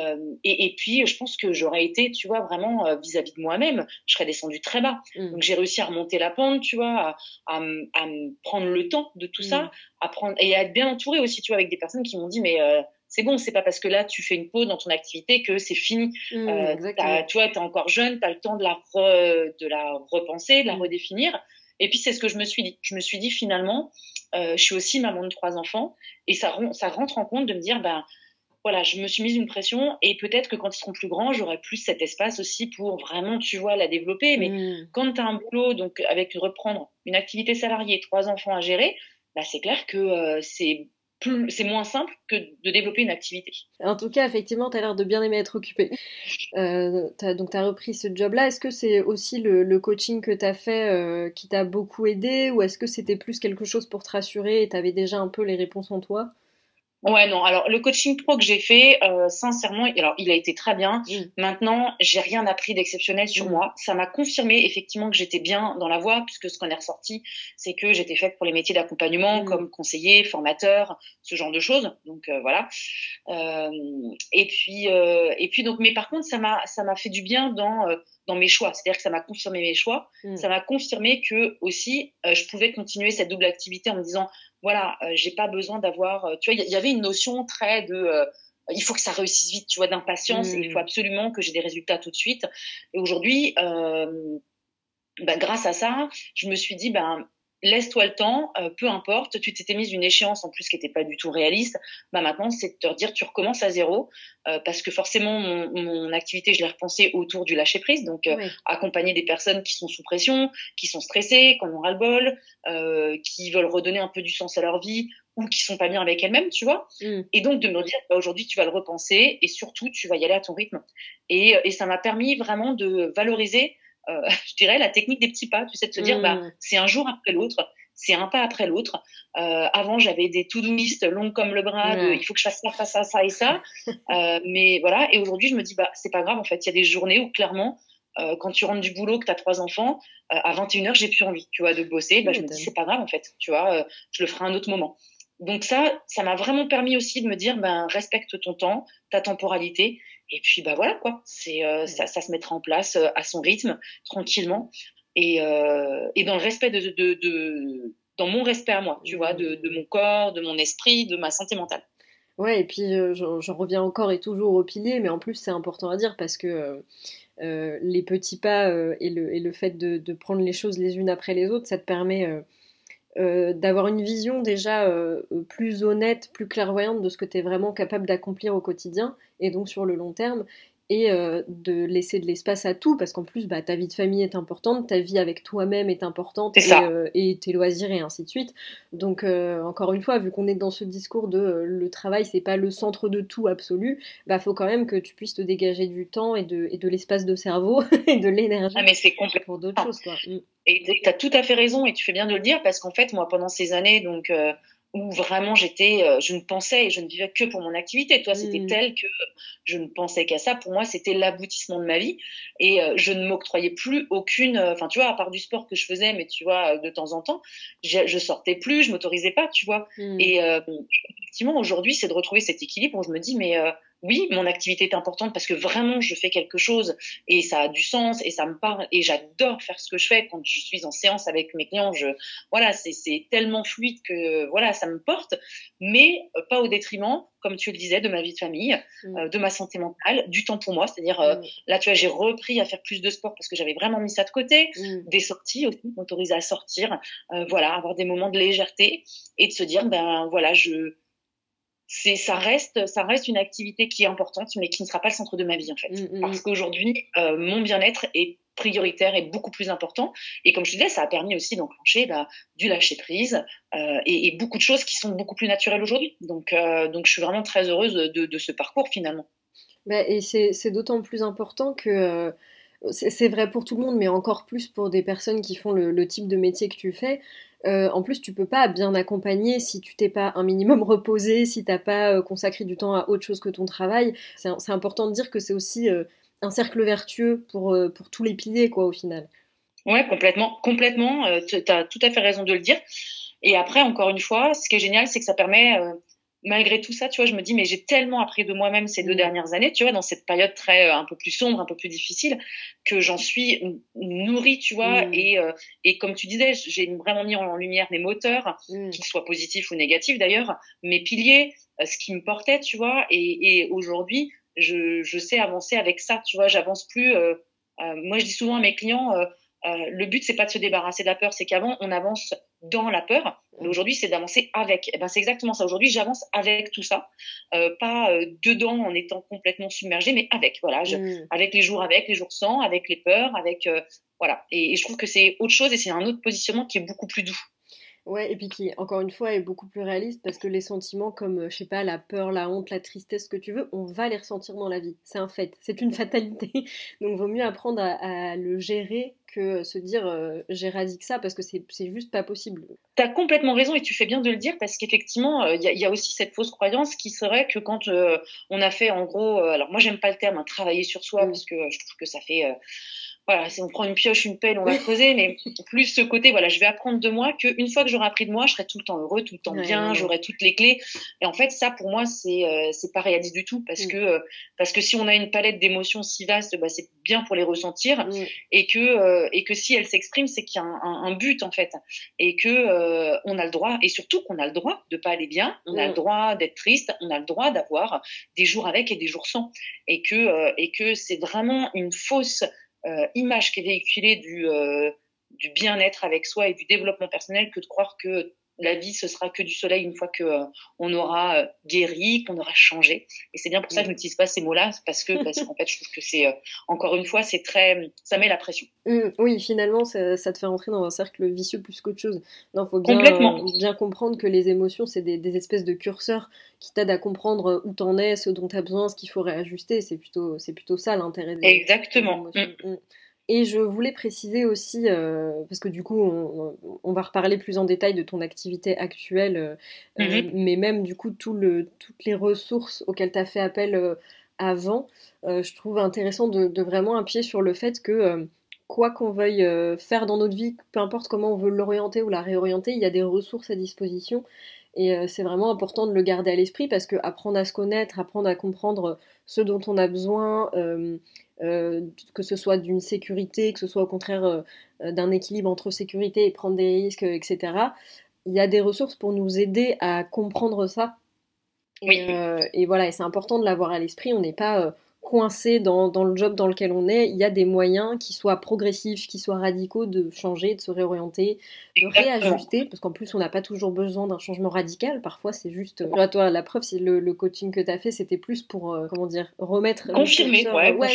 et puis je pense que j'aurais été, tu vois, vraiment vis-à-vis de moi-même, je serais descendue très bas. Donc j'ai réussi à remonter la pente, tu vois, à me prendre le temps de tout ça, et à être bien entourée aussi, tu vois, avec des personnes qui m'ont dit mais c'est bon, c'est pas parce que là tu fais une pause dans ton activité que c'est fini. Tu vois, t'es encore jeune, t'as le temps de la repenser, de la redéfinir. Et puis c'est ce que je me suis dit. Je me suis dit finalement, je suis aussi maman de 3 enfants, et ça rentre en compte de me dire voilà, je me suis mise une pression, et peut-être que quand ils seront plus grands, j'aurai plus cet espace aussi pour vraiment, tu vois, la développer. Mais quand tu as un boulot, donc avec reprendre une activité salariée, 3 enfants à gérer, c'est clair que c'est moins simple que de développer une activité. En tout cas, effectivement, tu as l'air de bien aimer être occupée. Donc, tu as repris ce job-là. Est-ce que c'est aussi le coaching que tu as fait qui t'a beaucoup aidé, ou est-ce que c'était plus quelque chose pour te rassurer et tu avais déjà un peu les réponses en toi ? Ouais, non. Alors, le coaching pro que j'ai fait, sincèrement, alors il a été très bien. Maintenant, j'ai rien appris d'exceptionnel sur moi. Ça m'a confirmé effectivement que j'étais bien dans la voie, puisque ce qu'on est ressorti, c'est que j'étais faite pour les métiers d'accompagnement, comme conseiller, formateur, ce genre de choses. Donc voilà. Et puis donc, mais par contre, ça m'a fait du bien dans mes choix. C'est-à-dire que ça m'a confirmé mes choix. Ça m'a confirmé que aussi, je pouvais continuer cette double activité en me disant voilà, j'ai pas besoin d'avoir, tu vois, il y avait une notion très il faut que ça réussisse vite, tu vois, d'impatience, et il faut absolument que j'ai des résultats tout de suite. Et aujourd'hui, grâce à ça, je me suis dit, laisse-toi le temps, peu importe, tu t'étais mise une échéance en plus qui n'était pas du tout réaliste. Maintenant, c'est de te dire, tu recommences à zéro, parce que forcément, mon activité, je l'ai repensée autour du lâcher prise, donc accompagner des personnes qui sont sous pression, qui sont stressées, qui en ont ras-le-bol, qui veulent redonner un peu du sens à leur vie ou qui sont pas bien avec elles-mêmes, tu vois. Et donc de me dire, aujourd'hui, tu vas le repenser et surtout, tu vas y aller à ton rythme. Et ça m'a permis vraiment de valoriser je dirais la technique des petits pas, tu sais, de se dire c'est un jour après l'autre, c'est un pas après l'autre. Avant, j'avais des to-do list longues comme le bras, il faut que je fasse ça et ça. Mais voilà, et aujourd'hui, je me dis c'est pas grave en fait. Il y a des journées où clairement, quand tu rentres du boulot, que tu as 3 enfants, à 21h, j'ai plus envie, tu vois, de bosser. Je me dis c'est pas grave en fait, tu vois, je le ferai un autre moment. Donc ça m'a vraiment permis aussi de me dire respecte ton temps, ta temporalité. Et puis voilà quoi, ça se mettra en place à son rythme, tranquillement, et dans le respect dans mon respect à moi, tu vois, de mon corps, de mon esprit, de ma santé mentale. Ouais, et puis j'en reviens encore et toujours au pilier, mais en plus c'est important à dire parce que les petits pas et le fait de prendre les choses les unes après les autres, ça te permet d'avoir une vision déjà plus honnête, plus clairvoyante de ce que tu es vraiment capable d'accomplir au quotidien et donc sur le long terme, et de laisser de l'espace à tout, parce qu'en plus ta vie de famille est importante, ta vie avec toi-même est importante, et tes loisirs et ainsi de suite. Donc encore une fois, vu qu'on est dans ce discours de le travail c'est pas le centre de tout absolu, faut quand même que tu puisses te dégager du temps et de l'espace de cerveau et de l'énergie mais c'est complètement pour d'autres choses quoi. Et tu as tout à fait raison, et tu fais bien de le dire, parce qu'en fait, moi, pendant ces années, donc, où vraiment je ne pensais et je ne vivais que pour mon activité. Toi, c'était tel que je ne pensais qu'à ça. Pour moi, c'était l'aboutissement de ma vie, et je ne m'octroyais plus aucune, tu vois, à part du sport que je faisais, mais tu vois, de temps en temps, je sortais plus, je m'autorisais pas, tu vois. Et effectivement, aujourd'hui, c'est de retrouver cet équilibre où je me dis, mais oui, mon activité est importante parce que vraiment je fais quelque chose et ça a du sens et ça me parle et j'adore faire ce que je fais. Quand je suis en séance avec mes clients, c'est tellement fluide que voilà, ça me porte, mais pas au détriment, comme tu le disais, de ma vie de famille, de ma santé mentale, du temps pour moi. C'est-à-dire là, tu vois, j'ai repris à faire plus de sport parce que j'avais vraiment mis ça de côté, des sorties aussi, m'autoriser à sortir, avoir des moments de légèreté et de se dire voilà, ça reste une activité qui est importante, mais qui ne sera pas le centre de ma vie, en fait. Parce qu'aujourd'hui, mon bien-être est prioritaire et beaucoup plus important. Et comme je te disais, ça a permis aussi d'enclencher du lâcher-prise et beaucoup de choses qui sont beaucoup plus naturelles aujourd'hui. Donc, je suis vraiment très heureuse de ce parcours, finalement. Et c'est d'autant plus important que c'est vrai pour tout le monde, mais encore plus pour des personnes qui font le type de métier que tu fais. En plus, tu peux pas bien accompagner si tu t'es pas un minimum reposé, si t'as pas consacré du temps à autre chose que ton travail. C'est important de dire que c'est aussi un cercle vertueux pour tous les piliers, quoi, au final. Ouais, complètement. Tu as tout à fait raison de le dire. Et après, encore une fois, ce qui est génial, c'est que ça permet, malgré tout ça, tu vois, je me dis, mais j'ai tellement appris de moi-même ces 2 dernières années, tu vois, dans cette période un peu plus sombre, un peu plus difficile, que j'en suis nourrie, tu vois, et comme tu disais, j'ai vraiment mis en lumière mes moteurs, qu'ils soient positifs ou négatifs d'ailleurs, mes piliers, ce qui me portait, tu vois, et aujourd'hui, je sais avancer avec ça, tu vois, j'avance plus. Moi, je dis souvent à mes clients, le but, c'est pas de se débarrasser de la peur, c'est qu'avant, on avance dans la peur. Mais aujourd'hui, c'est d'avancer avec. Et c'est exactement ça. Aujourd'hui, j'avance avec tout ça, pas dedans en étant complètement submergée, mais avec. Voilà, avec les jours sans, avec les peurs, avec voilà. Et je trouve que c'est autre chose et c'est un autre positionnement qui est beaucoup plus doux. Ouais, et puis qui, encore une fois, est beaucoup plus réaliste parce que les sentiments comme, je sais pas, la peur, la honte, la tristesse, ce que tu veux, on va les ressentir dans la vie. C'est un fait, c'est une fatalité. Donc, vaut mieux apprendre à le gérer que se dire j'éradique ça parce que c'est juste pas possible. T'as complètement raison et tu fais bien de le dire parce qu'effectivement, il y a aussi cette fausse croyance qui serait que quand on a fait en gros, alors moi j'aime pas le terme travailler sur soi parce que je trouve que ça fait voilà, si on prend une pioche, une pelle, on va creuser, mais plus ce côté, voilà, je vais apprendre de moi, qu'une fois que j'aurai appris de moi, je serai tout le temps heureux, tout le temps bien, j'aurai toutes les clés. Et en fait, ça, pour moi, c'est pas réaliste du tout, parce que si on a une palette d'émotions si vaste, c'est bien pour les ressentir, et que si elles s'expriment, c'est qu'il y a un but, en fait, et que on a le droit, et surtout qu'on a le droit de pas aller bien, on a le droit d'être triste, on a le droit d'avoir des jours avec et des jours sans, et que c'est vraiment une fausse image qui est véhiculée du bien-être avec soi et du développement personnel que de croire que la vie, ce sera que du soleil une fois qu'on aura guéri, qu'on aura changé. Et c'est bien pour ça que je n'utilise pas ces mots-là, parce qu'en fait, je trouve que c'est, encore une fois, ça met la pression. Oui, finalement, ça te fait rentrer dans un cercle vicieux plus qu'autre chose. Non, faut bien comprendre que les émotions, c'est des espèces de curseurs qui t'aident à comprendre où t'en es, ce dont t'as besoin, ce qu'il faut réajuster. C'est plutôt ça l'intérêt des émotions. Et je voulais préciser aussi, parce que du coup, on va reparler plus en détail de ton activité actuelle, mais même du coup, toutes les ressources auxquelles tu as fait appel avant, je trouve intéressant de vraiment appuyer sur le fait que quoi qu'on veuille faire dans notre vie, peu importe comment on veut l'orienter ou la réorienter, il y a des ressources à disposition. Et c'est vraiment important de le garder à l'esprit parce que apprendre à se connaître, apprendre à comprendre ce dont on a besoin, que ce soit d'une sécurité, que ce soit au contraire d'un équilibre entre sécurité et prendre des risques, etc. Il y a des ressources pour nous aider à comprendre ça. Et voilà, et c'est important de l'avoir à l'esprit. On n'est pas coincé dans le job dans lequel on est. Il y a des moyens qui soient progressifs, qui soient radicaux, de changer, de se réorienter, de réajuster, parce qu'en plus on n'a pas toujours besoin d'un changement radical. Parfois c'est juste, toi la preuve, c'est le coaching que tu as fait, c'était plus pour remettre confirmer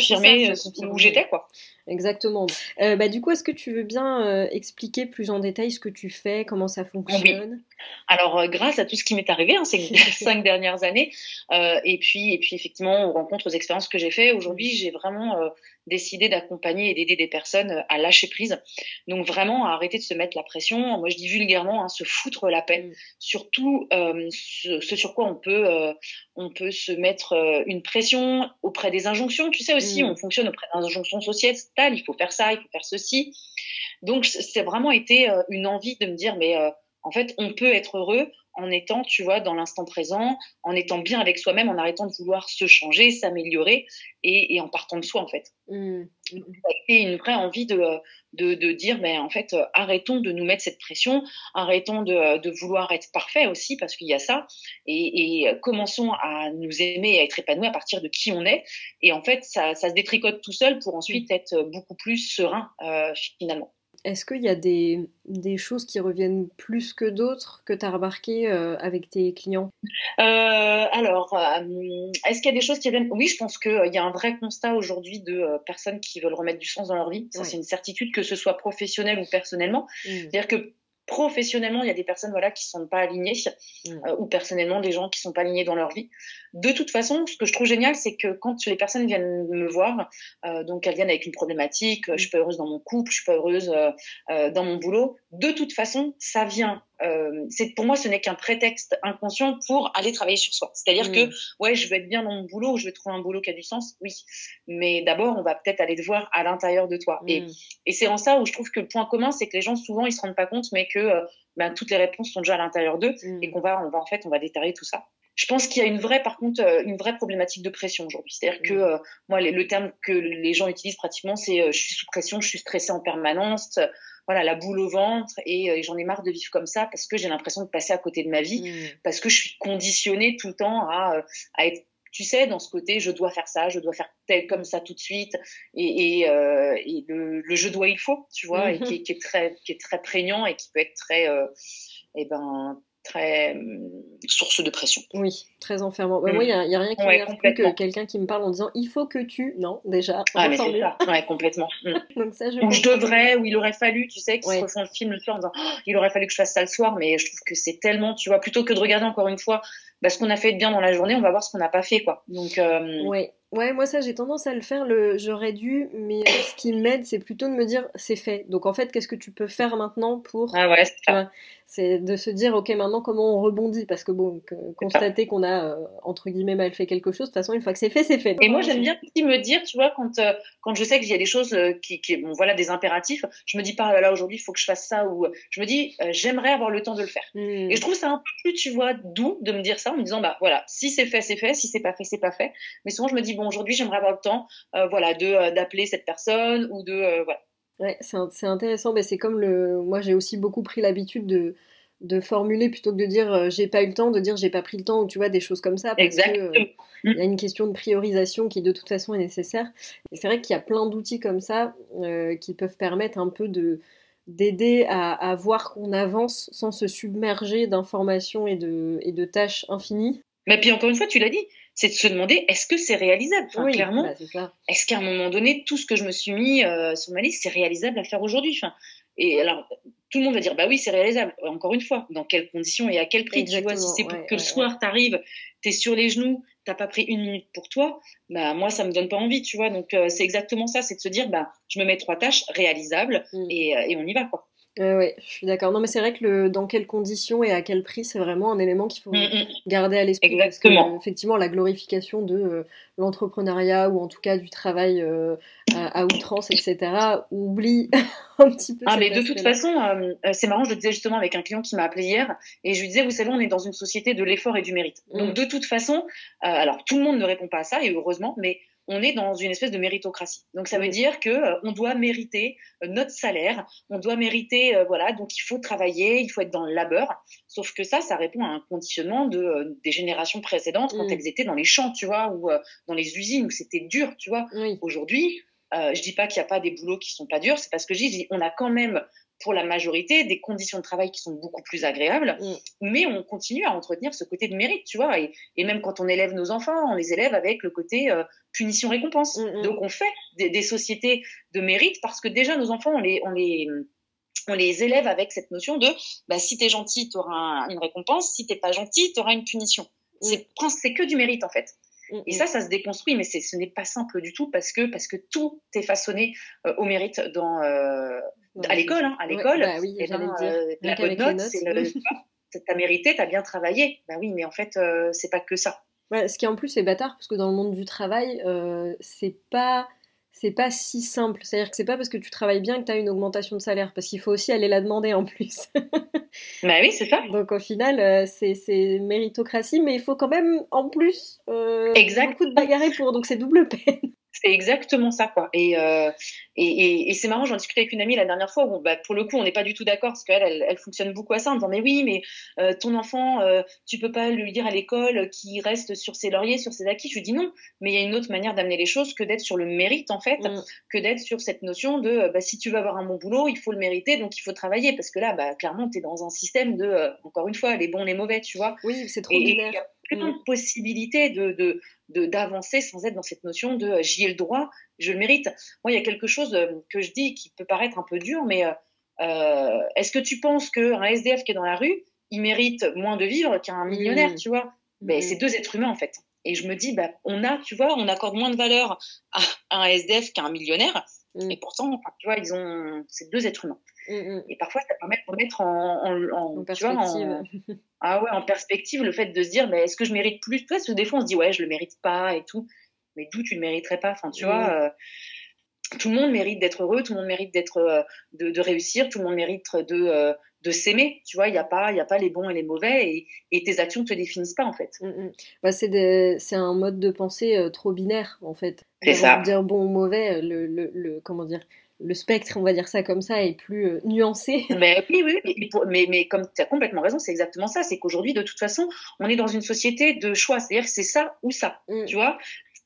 où j'étais, quoi. Exactement. Du coup, est-ce que tu veux bien expliquer plus en détail ce que tu fais, comment ça fonctionne? Alors, grâce à tout ce qui m'est arrivé ces 5 dernières années, et puis effectivement, aux rencontres, aux expériences que j'ai fait, aujourd'hui, j'ai vraiment décidé d'accompagner et d'aider des personnes à lâcher prise. Donc, vraiment, à arrêter de se mettre la pression. Moi, je dis vulgairement, se foutre la paix. Surtout, ce sur quoi on peut se mettre une pression auprès des injonctions. Tu sais aussi, on fonctionne auprès d'injonctions sociétales. Il faut faire ça, il faut faire ceci. Donc, c'est vraiment été une envie de me dire, mais en fait, on peut être heureux en étant, tu vois, dans l'instant présent, en étant bien avec soi-même, en arrêtant de vouloir se changer, s'améliorer et en partant de soi, en fait. Ça a été une vraie envie de dire, mais en fait, arrêtons de nous mettre cette pression, arrêtons de vouloir être parfait aussi, parce qu'il y a ça, et commençons à nous aimer et à être épanouis à partir de qui on est. Et en fait, ça se détricote tout seul pour ensuite être beaucoup plus serein, finalement. Est-ce qu'il y a des choses qui reviennent plus que d'autres que tu as remarqué avec tes clients? Est-ce qu'il y a des choses qui reviennent? Oui, je pense qu'il y a un vrai constat aujourd'hui de personnes qui veulent remettre du sens dans leur vie. Ça, c'est une certitude, que ce soit professionnel ou personnellement. C'est-à-dire que professionnellement, il y a des personnes qui ne sont pas alignées, ou personnellement, des gens qui ne sont pas alignés dans leur vie. De toute façon, ce que je trouve génial, c'est que quand les personnes viennent me voir, donc elles viennent avec une problématique, je suis pas heureuse dans mon couple, je suis pas heureuse dans mon boulot, de toute façon, ça vient. Pour moi, ce n'est qu'un prétexte inconscient pour aller travailler sur soi. C'est-à-dire que, je veux être bien dans mon boulot, je veux trouver un boulot qui a du sens, oui. Mais d'abord, on va peut-être aller te voir à l'intérieur de toi. Et c'est en ça où je trouve que le point commun, c'est que les gens, souvent, ils se rendent pas compte, mais que toutes les réponses sont déjà à l'intérieur d'eux, et qu'on va déterrer tout ça. Je pense qu'il y a une vraie problématique de pression aujourd'hui. C'est-à-dire que moi, le terme que les gens utilisent pratiquement, c'est je suis sous pression, je suis stressée en permanence, la boule au ventre, et j'en ai marre de vivre comme ça parce que j'ai l'impression de passer à côté de ma vie, parce que je suis conditionnée tout le temps à être, tu sais, dans ce côté, je dois faire ça, je dois faire tel comme ça tout de suite, et le je dois, il faut, tu vois, et qui est très prégnant et qui peut être très très source de pression. Oui, très enfermant. Moi, il n'y a rien qui m'énerve plus que quelqu'un qui me parle en disant « il faut que tu… » Non, déjà. Mais c'est ça, complètement. Donc ça, ou je devrais, ou il aurait fallu, tu sais, qu'ils se refont le film le soir en disant « il aurait fallu que je fasse ça le soir », mais je trouve que c'est tellement, tu vois, plutôt que de regarder encore une fois ce qu'on a fait de bien dans la journée, on va voir ce qu'on n'a pas fait, quoi. Donc, Ouais, moi ça j'ai tendance à le faire, j'aurais dû, mais ce qui m'aide c'est plutôt de me dire c'est fait. Donc en fait, qu'est-ce que tu peux faire maintenant pour… c'est ça. C'est de se dire ok, maintenant comment on rebondit, parce que constater qu'on a entre guillemets mal fait quelque chose, de toute façon une fois que c'est fait, c'est fait. Et moi j'aime bien aussi me dire, tu vois, quand je sais qu'il y a des choses des impératifs, je me dis pas là aujourd'hui il faut que je fasse ça, ou je me dis j'aimerais avoir le temps de le faire. Et je trouve ça un peu plus, tu vois, doux de me dire ça en me disant si c'est fait, c'est fait, si c'est pas fait, c'est pas fait. Mais souvent je me dis aujourd'hui j'aimerais avoir le temps d'appeler cette personne, ou de voilà. Ouais, c'est intéressant, mais c'est comme moi j'ai aussi beaucoup pris l'habitude de formuler, plutôt que de dire j'ai pas eu le temps, de dire j'ai pas pris le temps, ou tu vois, des choses comme ça, parce que il y a une question de priorisation qui de toute façon est nécessaire. Et c'est vrai qu'il y a plein d'outils comme ça qui peuvent permettre un peu d'aider à voir qu'on avance sans se submerger d'informations et de tâches infinies. Mais puis encore une fois, tu l'as dit, c'est de se demander est-ce que c'est réalisable. Enfin, Oui, clairement, bah, c'est ça. est-ce qu'à un moment donné, tout ce que je me suis mis sur ma liste, c'est réalisable à faire aujourd'hui. Enfin, et alors, tout le monde va dire bah oui, c'est réalisable. Encore une fois, dans quelles conditions et à quel prix. Exactement, tu vois, si c'est pour ouais, que le ouais, soir, t'arrives, t'es sur les genoux, t'as pas pris 1 minute pour toi, bah moi, ça me donne pas envie, tu vois. Donc, c'est exactement ça, c'est de se dire bah je me mets 3 tâches réalisables et on y va, quoi. Ouais, je suis d'accord. Non, mais c'est vrai que dans quelles conditions et à quel prix, c'est vraiment un élément qu'il faut garder à l'esprit. Exactement. Parce que, effectivement, la glorification de l'entrepreneuriat ou en tout cas du travail à outrance, etc., oublie un petit peu Ah, cet mais de toute aspect-là. façon, c'est marrant, je le disais justement avec un client qui m'a appelé hier, et je lui disais, vous savez, on est dans une société de l'effort et du mérite. Donc, de toute façon, alors tout le monde ne répond pas à ça, et heureusement, mais on est dans une espèce de méritocratie. Donc, ça veut dire que on doit mériter notre salaire, on doit mériter, voilà, donc il faut travailler, il faut être dans le labeur. Sauf que ça répond à un conditionnement des générations précédentes quand elles étaient dans les champs, tu vois, ou dans les usines où c'était dur, tu vois. Aujourd'hui, je dis pas qu'il n'y a pas des boulots qui sont pas durs, c'est parce que je dis on a quand même pour la majorité des conditions de travail qui sont beaucoup plus agréables, mais on continue à entretenir ce côté de mérite, tu vois, et même quand on élève nos enfants, on les élève avec le côté punition-récompense. Donc on fait des sociétés de mérite parce que déjà nos enfants, on les élève avec cette notion de bah, si t'es gentil, t'auras une récompense, si t'es pas gentil, t'auras une punition. C'est que du mérite en fait. Et ça se déconstruit, mais ce n'est pas simple du tout parce que tout est façonné au mérite à l'école. Hein, à l'école, bah oui, la bonne note, c'est t'as mérité, t'as bien travaillé. Bah oui, mais en fait, c'est pas que ça. Ouais, ce qui en plus est bâtard, parce que dans le monde du travail, c'est pas si simple. C'est-à-dire que c'est pas parce que tu travailles bien que tu as une augmentation de salaire, parce qu'il faut aussi aller la demander en plus. Bah oui, c'est ça. Donc au final, c'est méritocratie, mais il faut quand même en plus beaucoup de bagarrer pour, donc c'est double peine. C'est exactement ça, quoi. Et c'est marrant, j'en discutais avec une amie la dernière fois où, bah, pour le coup, on n'est pas du tout d'accord parce qu'elle, elle fonctionne beaucoup à ça en disant, mais oui, mais ton enfant, tu peux pas lui dire à l'école qu'il reste sur ses lauriers, sur ses acquis. Je lui dis non, mais il y a une autre manière d'amener les choses que d'être sur le mérite, en fait, que d'être sur cette notion de, bah, si tu veux avoir un bon boulot, il faut le mériter, donc il faut travailler. Parce que là, bah, clairement, t'es dans un système de, encore une fois, les bons, les mauvais, tu vois. Oui, c'est trop binaire. Il y a plein de possibilités d'avancer sans être dans cette notion de j'y ai le droit, je le mérite. Moi, il y a quelque chose que je dis qui peut paraître un peu dur, mais est-ce que tu penses qu'un SDF qui est dans la rue, il mérite moins de vivre qu'un millionnaire, tu vois? Ben, c'est 2 êtres humains, en fait. Et je me dis, bah, on accorde moins de valeur à un SDF qu'à un millionnaire, et pourtant, tu vois, c'est 2 êtres humains. Et parfois, ça permet de remettre en perspective. En perspective, le fait de se dire, est-ce que je mérite plus? Parce que des fois, on se dit, ouais, je le mérite pas et tout. Mais d'où tu le mériterais pas? Enfin, tu vois, tout le monde mérite d'être heureux, tout le monde mérite de réussir, tout le monde mérite de s'aimer. Tu vois, il y a pas les bons et les mauvais et tes actions ne te définissent pas, en fait. Bah, c'est un mode de pensée trop binaire, en fait. C'est ça. Dire bon ou mauvais, comment dire, le spectre, on va dire ça comme ça, est plus nuancé. Mais oui, mais comme tu as complètement raison, c'est exactement ça. C'est qu'aujourd'hui, de toute façon, on est dans une société de choix. C'est-à-dire que c'est ça ou ça, tu vois.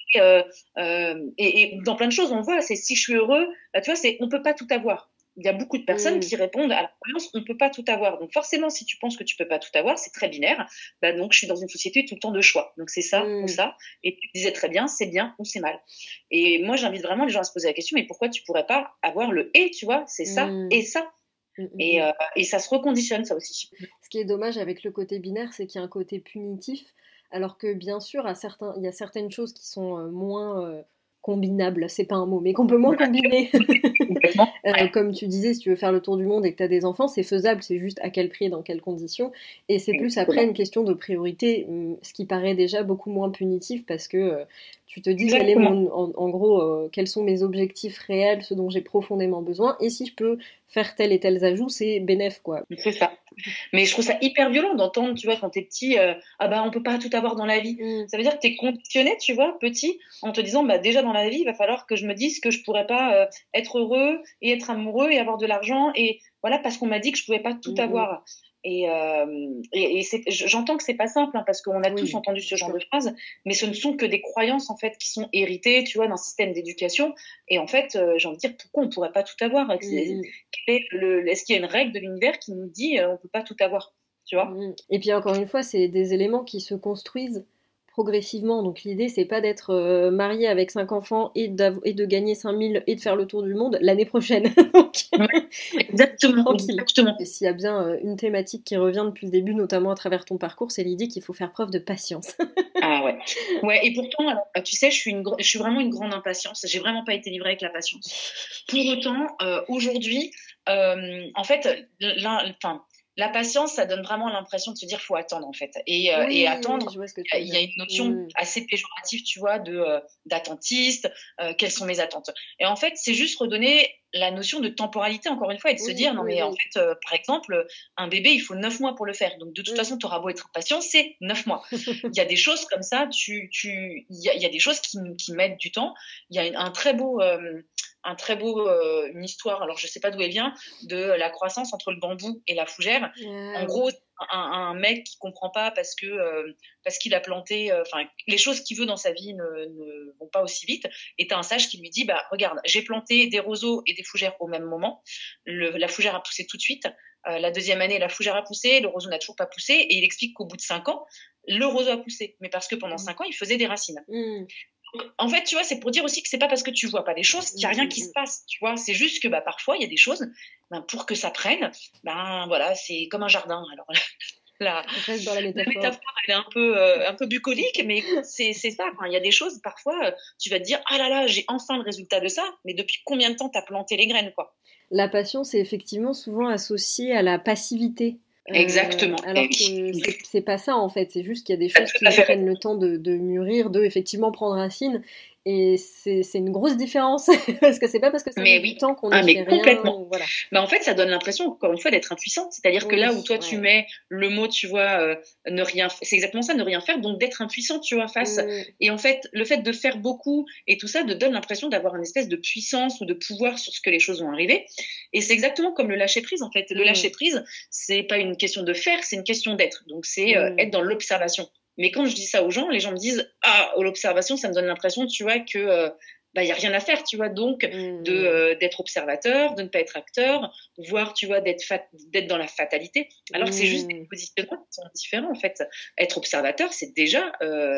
Et dans plein de choses, on voit, c'est si je suis heureux, bah, tu vois, on peut pas tout avoir. Il y a beaucoup de personnes qui répondent à la croyance on peut pas tout avoir. Donc forcément, si tu penses que tu peux pas tout avoir, c'est très binaire. Bah donc je suis dans une société tout le temps de choix. Donc c'est ça ou ça. Et tu disais très bien, c'est bien ou c'est mal. Et moi, j'invite vraiment les gens à se poser la question, mais pourquoi tu pourrais pas avoir le et, tu vois, c'est ça et ça. Et ça se reconditionne, ça aussi. Ce qui est dommage avec le côté binaire, c'est qu'il y a un côté punitif, alors que bien sûr, il y a certaines choses qui sont moins combinables, c'est pas un mot, mais qu'on peut moins combiner. Comme tu disais, si tu veux faire le tour du monde et que tu as des enfants, c'est faisable, c'est juste à quel prix et dans quelles conditions. Et c'est plus après une question de priorité, ce qui paraît déjà beaucoup moins punitif parce que tu te dis en gros, quels sont mes objectifs réels, ce dont j'ai profondément besoin, et si je peux faire tel et tel ajout, c'est bénéf, quoi. C'est ça. Mais je trouve ça hyper violent d'entendre, tu vois, quand t'es petit, on peut pas tout avoir dans la vie. Ça veut dire que t'es conditionné, tu vois, petit, en te disant, déjà dans la vie, il va falloir que je me dise que je pourrais pas être heureux et être amoureux et avoir de l'argent, et voilà, parce qu'on m'a dit que je pouvais pas tout avoir. J'entends que c'est pas simple, hein, parce qu'on a tous entendu ce genre de phrases, mais ce ne sont que des croyances en fait qui sont héritées, tu vois, d'un système d'éducation. Et en fait, j'ai envie de dire, pourquoi on pourrait pas tout avoir? Est-ce qu'il y a une règle de l'univers qui nous dit on peut pas tout avoir, tu vois? Et puis encore une fois, c'est des éléments qui se construisent progressivement. Donc l'idée, c'est pas d'être marié avec 5 enfants et de gagner 5000 et de faire le tour du monde l'année prochaine. Exactement. Et s'il y a bien une thématique qui revient depuis le début, notamment à travers ton parcours, c'est l'idée qu'il faut faire preuve de patience. Ah ouais. Ouais, et pourtant, alors, tu sais, je suis vraiment une grande impatience. J'ai vraiment pas été livrée avec la patience. Pour autant, aujourd'hui, en fait, la patience, ça donne vraiment l'impression de se dire faut attendre en fait. Et attendre, il y a une notion assez péjorative, tu vois, d'attentiste. Quelles sont mes attentes? Et en fait, c'est juste redonner la notion de temporalité, encore une fois, et de se dire non mais en fait, par exemple, un bébé, il faut 9 mois pour le faire. Donc de toute façon, tu auras beau être patient, c'est 9 mois. Il y a des choses comme ça, il y a des choses qui mettent du temps. Il y a une histoire, alors je sais pas d'où elle vient, de la croissance entre le bambou et la fougère. En gros, un mec qui comprend pas parce qu'il a planté, les choses qu'il veut dans sa vie ne vont pas aussi vite. Et t'as un sage qui lui dit, bah regarde, j'ai planté des roseaux et des fougères au même moment. La fougère a poussé tout de suite. La deuxième année, la fougère a poussé, le roseau n'a toujours pas poussé. Et il explique qu'au bout de 5 ans, le roseau a poussé, mais parce que pendant 5 ans, il faisait des racines. En fait, tu vois, c'est pour dire aussi que c'est pas parce que tu vois pas les choses qu'il y a rien qui se passe, tu vois. C'est juste que parfois, il y a des choses, pour que ça prenne, voilà, c'est comme un jardin. Alors la métaphore, elle est un peu bucolique, mais c'est ça. Il y a des choses, parfois, tu vas te dire, ah là là, j'ai enfin le résultat de ça, mais depuis combien de temps t'as planté les graines, quoi. La patience est effectivement souvent associée à la passivité. Exactement. Alors que c'est pas ça en fait, c'est juste qu'il y a des choses qui prennent le temps de mûrir, de effectivement prendre racine. Et c'est une grosse différence parce que c'est pas parce que ça met du temps qu'on ne fait complètement. rien. Voilà. En fait, ça donne l'impression encore une fois d'être impuissant. C'est-à-dire que là où toi tu mets le mot, tu vois, ne rien, c'est exactement ça, ne rien faire, donc d'être impuissant, tu vois, face. Et en fait, le fait de faire beaucoup et tout ça te donne l'impression d'avoir une espèce de puissance ou de pouvoir sur ce que les choses vont arriver. Et c'est exactement comme le lâcher prise en fait. Le lâcher prise, c'est pas une question de faire, c'est une question d'être. Donc c'est être dans l'observation. Mais quand je dis ça aux gens, les gens me disent « Ah, l'observation, ça me donne l'impression, tu vois, que y a rien à faire, tu vois, donc d'être observateur, de ne pas être acteur, voire, tu vois, d'être dans la fatalité. » Alors que c'est juste des positionnements qui sont différents, en fait. Être observateur, c'est déjà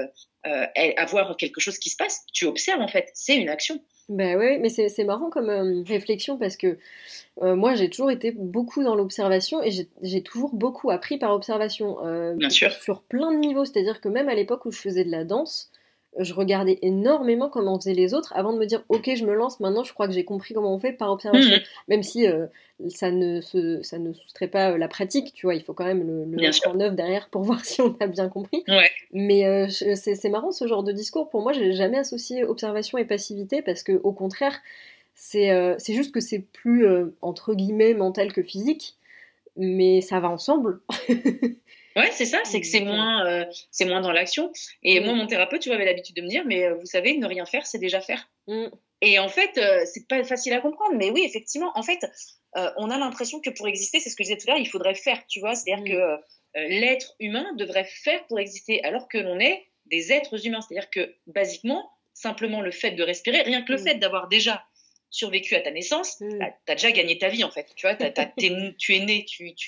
avoir quelque chose qui se passe. Tu observes, en fait. C'est une action. Ben ouais, mais c'est marrant comme réflexion parce que moi j'ai toujours été beaucoup dans l'observation et j'ai toujours beaucoup appris par observation. Bien sûr. Sur plein de niveaux, c'est-à-dire que même à l'époque où je faisais de la danse, je regardais énormément comment faisaient les autres avant de me dire ok je me lance maintenant, je crois que j'ai compris comment on fait par observation. Même si ça ne soustrait pas la pratique, tu vois, il faut quand même le mettre en œuvre derrière pour voir si on a bien compris. Ouais. Mais c'est marrant ce genre de discours. Pour moi, j'ai jamais associé observation et passivité parce que au contraire, c'est juste que c'est plus entre guillemets mental que physique, mais ça va ensemble. Ouais, c'est ça, c'est que c'est moins dans l'action. Et moi, mon thérapeute, tu vois, avait l'habitude de me dire, mais vous savez, ne rien faire, c'est déjà faire. Et en fait, c'est pas facile à comprendre, mais oui, effectivement, en fait, on a l'impression que pour exister, c'est ce que je disais tout à l'heure, il faudrait faire, tu vois, c'est-à-dire que l'être humain devrait faire pour exister, alors que l'on est des êtres humains, c'est-à-dire que, basiquement, simplement le fait de respirer, rien que le fait d'avoir déjà survécu à ta naissance, t'as déjà gagné ta vie, en fait, tu vois, tu es né,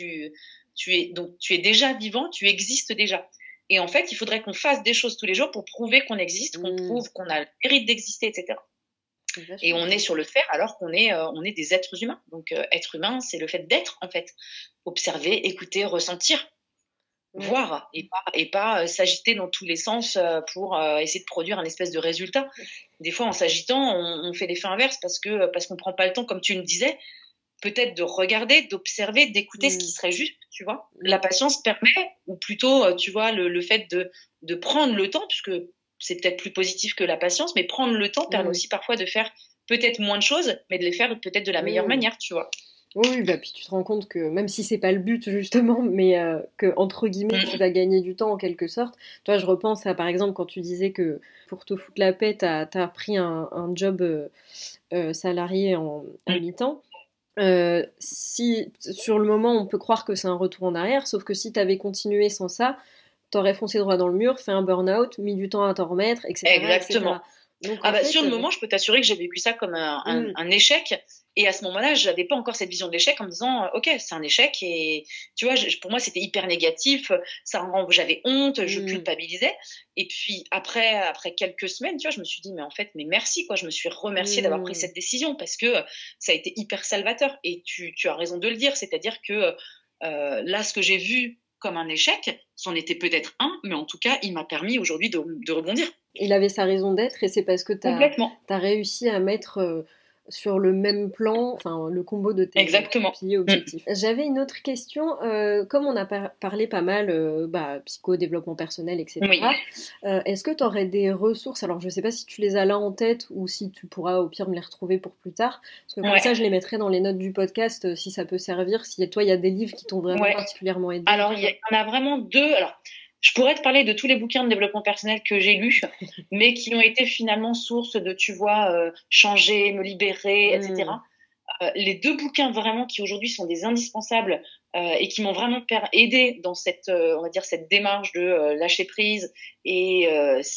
tu es déjà vivant, tu existes déjà. Et en fait, il faudrait qu'on fasse des choses tous les jours pour prouver qu'on existe, qu'on prouve qu'on a le mérite d'exister, etc. Et on est sur le faire alors qu'on est des êtres humains. Donc, être humain, c'est le fait d'être, en fait. Observer, écouter, ressentir, voir, et pas s'agiter dans tous les sens pour essayer de produire un espèce de résultat. Des fois, en s'agitant, on fait l'effet inverse parce qu'on prend pas le temps, comme tu me disais, peut-être de regarder, d'observer, d'écouter ce qui serait juste, tu vois. La patience permet, ou plutôt, tu vois, le fait de prendre le temps, puisque c'est peut-être plus positif que la patience, mais prendre le temps permet aussi parfois de faire peut-être moins de choses, mais de les faire peut-être de la meilleure manière, tu vois. Oui, puis tu te rends compte que même si c'est pas le but justement, mais que entre guillemets tu vas gagner du temps en quelque sorte. Toi, je repense à par exemple quand tu disais que pour te foutre la paix, t'as pris un job salarié à mi-temps. Si sur le moment on peut croire que c'est un retour en arrière, sauf que si t'avais continué sans ça, t'aurais foncé droit dans le mur, fait un burn-out, mis du temps à t'en remettre, etc. Exactement. Donc, sur le moment, je peux t'assurer que j'ai vécu ça comme un échec. Et à ce moment-là, je n'avais pas encore cette vision de l'échec en me disant, ok, c'est un échec. Et tu vois, pour moi, c'était hyper négatif. J'avais honte, je culpabilisais. Et puis après quelques semaines, tu vois, je me suis dit, mais merci, quoi. Je me suis remerciée d'avoir pris cette décision parce que ça a été hyper salvateur. Et tu as raison de le dire, c'est-à-dire que là, ce que j'ai vu comme un échec, c'en était peut-être un, mais en tout cas, il m'a permis aujourd'hui de rebondir. Il avait sa raison d'être et c'est parce que tu as réussi à mettre sur le même plan le combo de tes piliers objectifs. J'avais une autre question. Comme on a parlé pas mal psycho, développement personnel, etc. Oui. Est-ce que tu aurais des ressources? Alors, je ne sais pas si tu les as là en tête ou si tu pourras au pire me les retrouver pour plus tard. Parce que comme ça, je les mettrai dans les notes du podcast si ça peut servir. Si toi, il y a des livres qui t'ont vraiment particulièrement aidé. Alors, il y en a vraiment deux. Alors, je pourrais te parler de tous les bouquins de développement personnel que j'ai lus, mais qui ont été finalement source de, tu vois, changer, me libérer, etc. Les deux bouquins vraiment qui aujourd'hui sont des indispensables et qui m'ont vraiment aidé dans cette, on va dire, cette démarche de lâcher prise et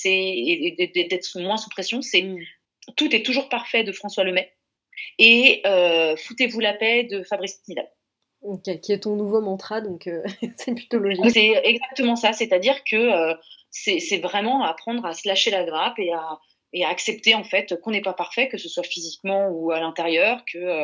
d'être moins sous pression, c'est Tout est toujours parfait de François Lemay et Foutez-vous la paix de Fabrice Midal. Okay, qui est ton nouveau mantra, donc c'est plutôt logique. C'est exactement ça, c'est-à-dire que c'est vraiment apprendre à se lâcher la grappe et à accepter en fait qu'on n'est pas parfait, que ce soit physiquement ou à l'intérieur, que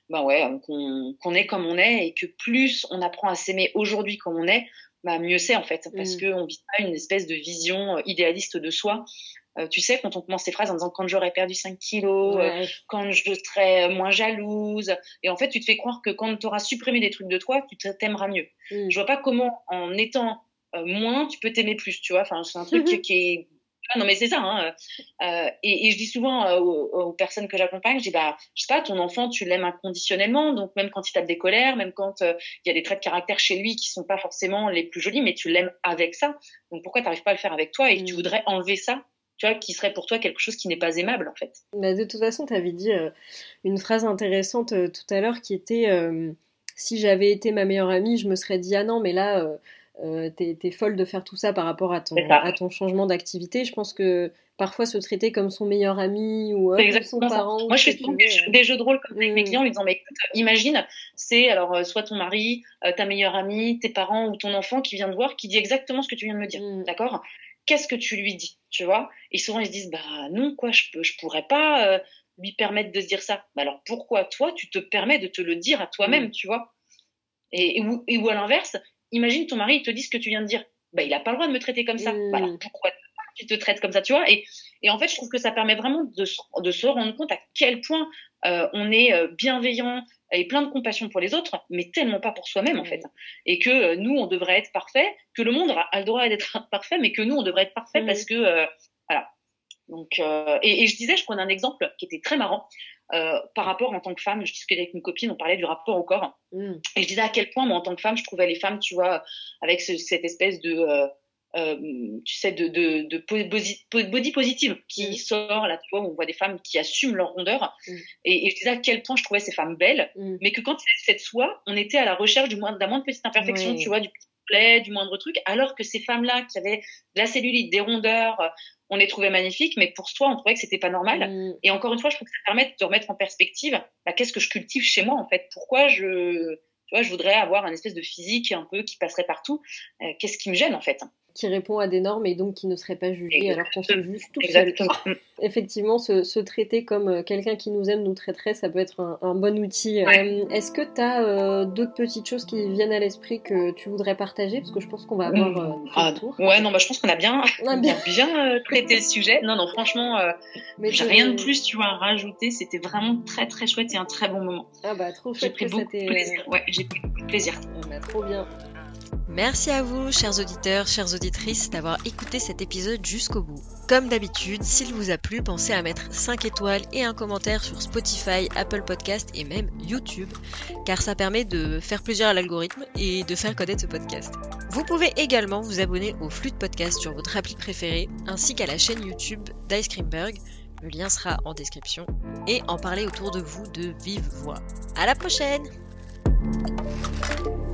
qu'on est comme on est et que plus on apprend à s'aimer aujourd'hui comme on est, mieux c'est en fait, parce qu'on vit pas une espèce de vision idéaliste de soi. Tu sais, quand on commence ces phrases en disant quand j'aurai perdu 5 kilos, quand je serai moins jalouse, et en fait, tu te fais croire que quand tu auras supprimé des trucs de toi, tu t'aimeras mieux. Je vois pas comment, en étant moins, tu peux t'aimer plus, tu vois. Enfin, c'est un truc qui est... Ah non, mais c'est ça, hein. Et je dis souvent aux personnes que j'accompagne, je dis, je sais pas, ton enfant, tu l'aimes inconditionnellement, donc même quand il tape des colères, même quand il y a des traits de caractère chez lui qui sont pas forcément les plus jolis, mais tu l'aimes avec ça. Donc pourquoi t'arrives pas à le faire avec toi et que tu voudrais enlever ça? Tu vois, qui serait pour toi quelque chose qui n'est pas aimable, en fait. De toute façon, tu avais dit une phrase intéressante tout à l'heure qui était si j'avais été ma meilleure amie, je me serais dit ah non, mais là, t'es folle de faire tout ça par rapport à ton changement d'activité. Je pense que parfois se traiter comme son meilleur ami ou son parent. Moi, je fais des jeux de rôle comme avec mes clients en lui disant mais écoute, imagine, c'est alors soit ton mari, ta meilleure amie, tes parents ou ton enfant qui vient te voir, qui dit exactement ce que tu viens de me dire, d'accord ? Qu'est-ce que tu lui dis, tu vois? Et souvent, ils se disent, non, quoi, je pourrais pas lui permettre de se dire ça. Alors, pourquoi toi, tu te permets de te le dire à toi-même, tu vois? Ou à l'inverse, imagine ton mari, il te dit ce que tu viens de dire. Il a pas le droit de me traiter comme ça. Alors, pourquoi tu te traites comme ça, tu vois? Et en fait, je trouve que ça permet vraiment de se rendre compte à quel point on est bienveillant et plein de compassion pour les autres, mais tellement pas pour soi-même en fait. Et que nous, on devrait être parfait, que le monde a le droit d'être parfait, mais que nous, on devrait être parfait parce que voilà. Donc, et je disais, je prenais un exemple qui était très marrant par rapport en tant que femme. Je discutais avec une copine, on parlait du rapport au corps, et je disais à quel point moi en tant que femme, je trouvais les femmes, tu vois, avec cette espèce de tu sais, de body positive qui sort là, tu vois, où on voit des femmes qui assument leur rondeur. Et je disais à quel point je trouvais ces femmes belles, mais que quand il s'agissait de soi, on était à la recherche d'un moindre petite imperfection, tu vois, du petit plat, du moindre truc, alors que ces femmes-là qui avaient de la cellulite, des rondeurs, on les trouvait magnifiques, mais pour soi, on trouvait que c'était pas normal. Et encore une fois, je trouve que ça permet de remettre en perspective, qu'est-ce que je cultive chez moi, en fait? Pourquoi je voudrais avoir un espèce de physique un peu qui passerait partout. Qu'est-ce qui me gêne, en fait? Qui répond à des normes et donc qui ne serait pas jugé alors qu'on se juge tout seul. Effectivement, se traiter comme quelqu'un qui nous aime nous traiterait, ça peut être un bon outil. Est-ce que tu as d'autres petites choses qui viennent à l'esprit que tu voudrais partager? Parce que je pense qu'on va avoir fait le tour. Ouais, non, je pense qu'on a bien traité le sujet. Non, franchement, j'ai rien de plus, tu vois, à rajouter. C'était vraiment très, très chouette et un très bon moment. Trop chouette. J'ai pris beaucoup de plaisir. Ouais, j'ai pris beaucoup de plaisir. Trop bien. Merci à vous, chers auditeurs, chères auditrices, d'avoir écouté cet épisode jusqu'au bout. Comme d'habitude, s'il vous a plu, pensez à mettre 5 étoiles et un commentaire sur Spotify, Apple Podcast et même YouTube, car ça permet de faire plaisir à l'algorithme et de faire connaître ce podcast. Vous pouvez également vous abonner au flux de podcast sur votre appli préférée, ainsi qu'à la chaîne YouTube d'Ice Cream Burg, le lien sera en description, et en parler autour de vous de vive voix. À la prochaine!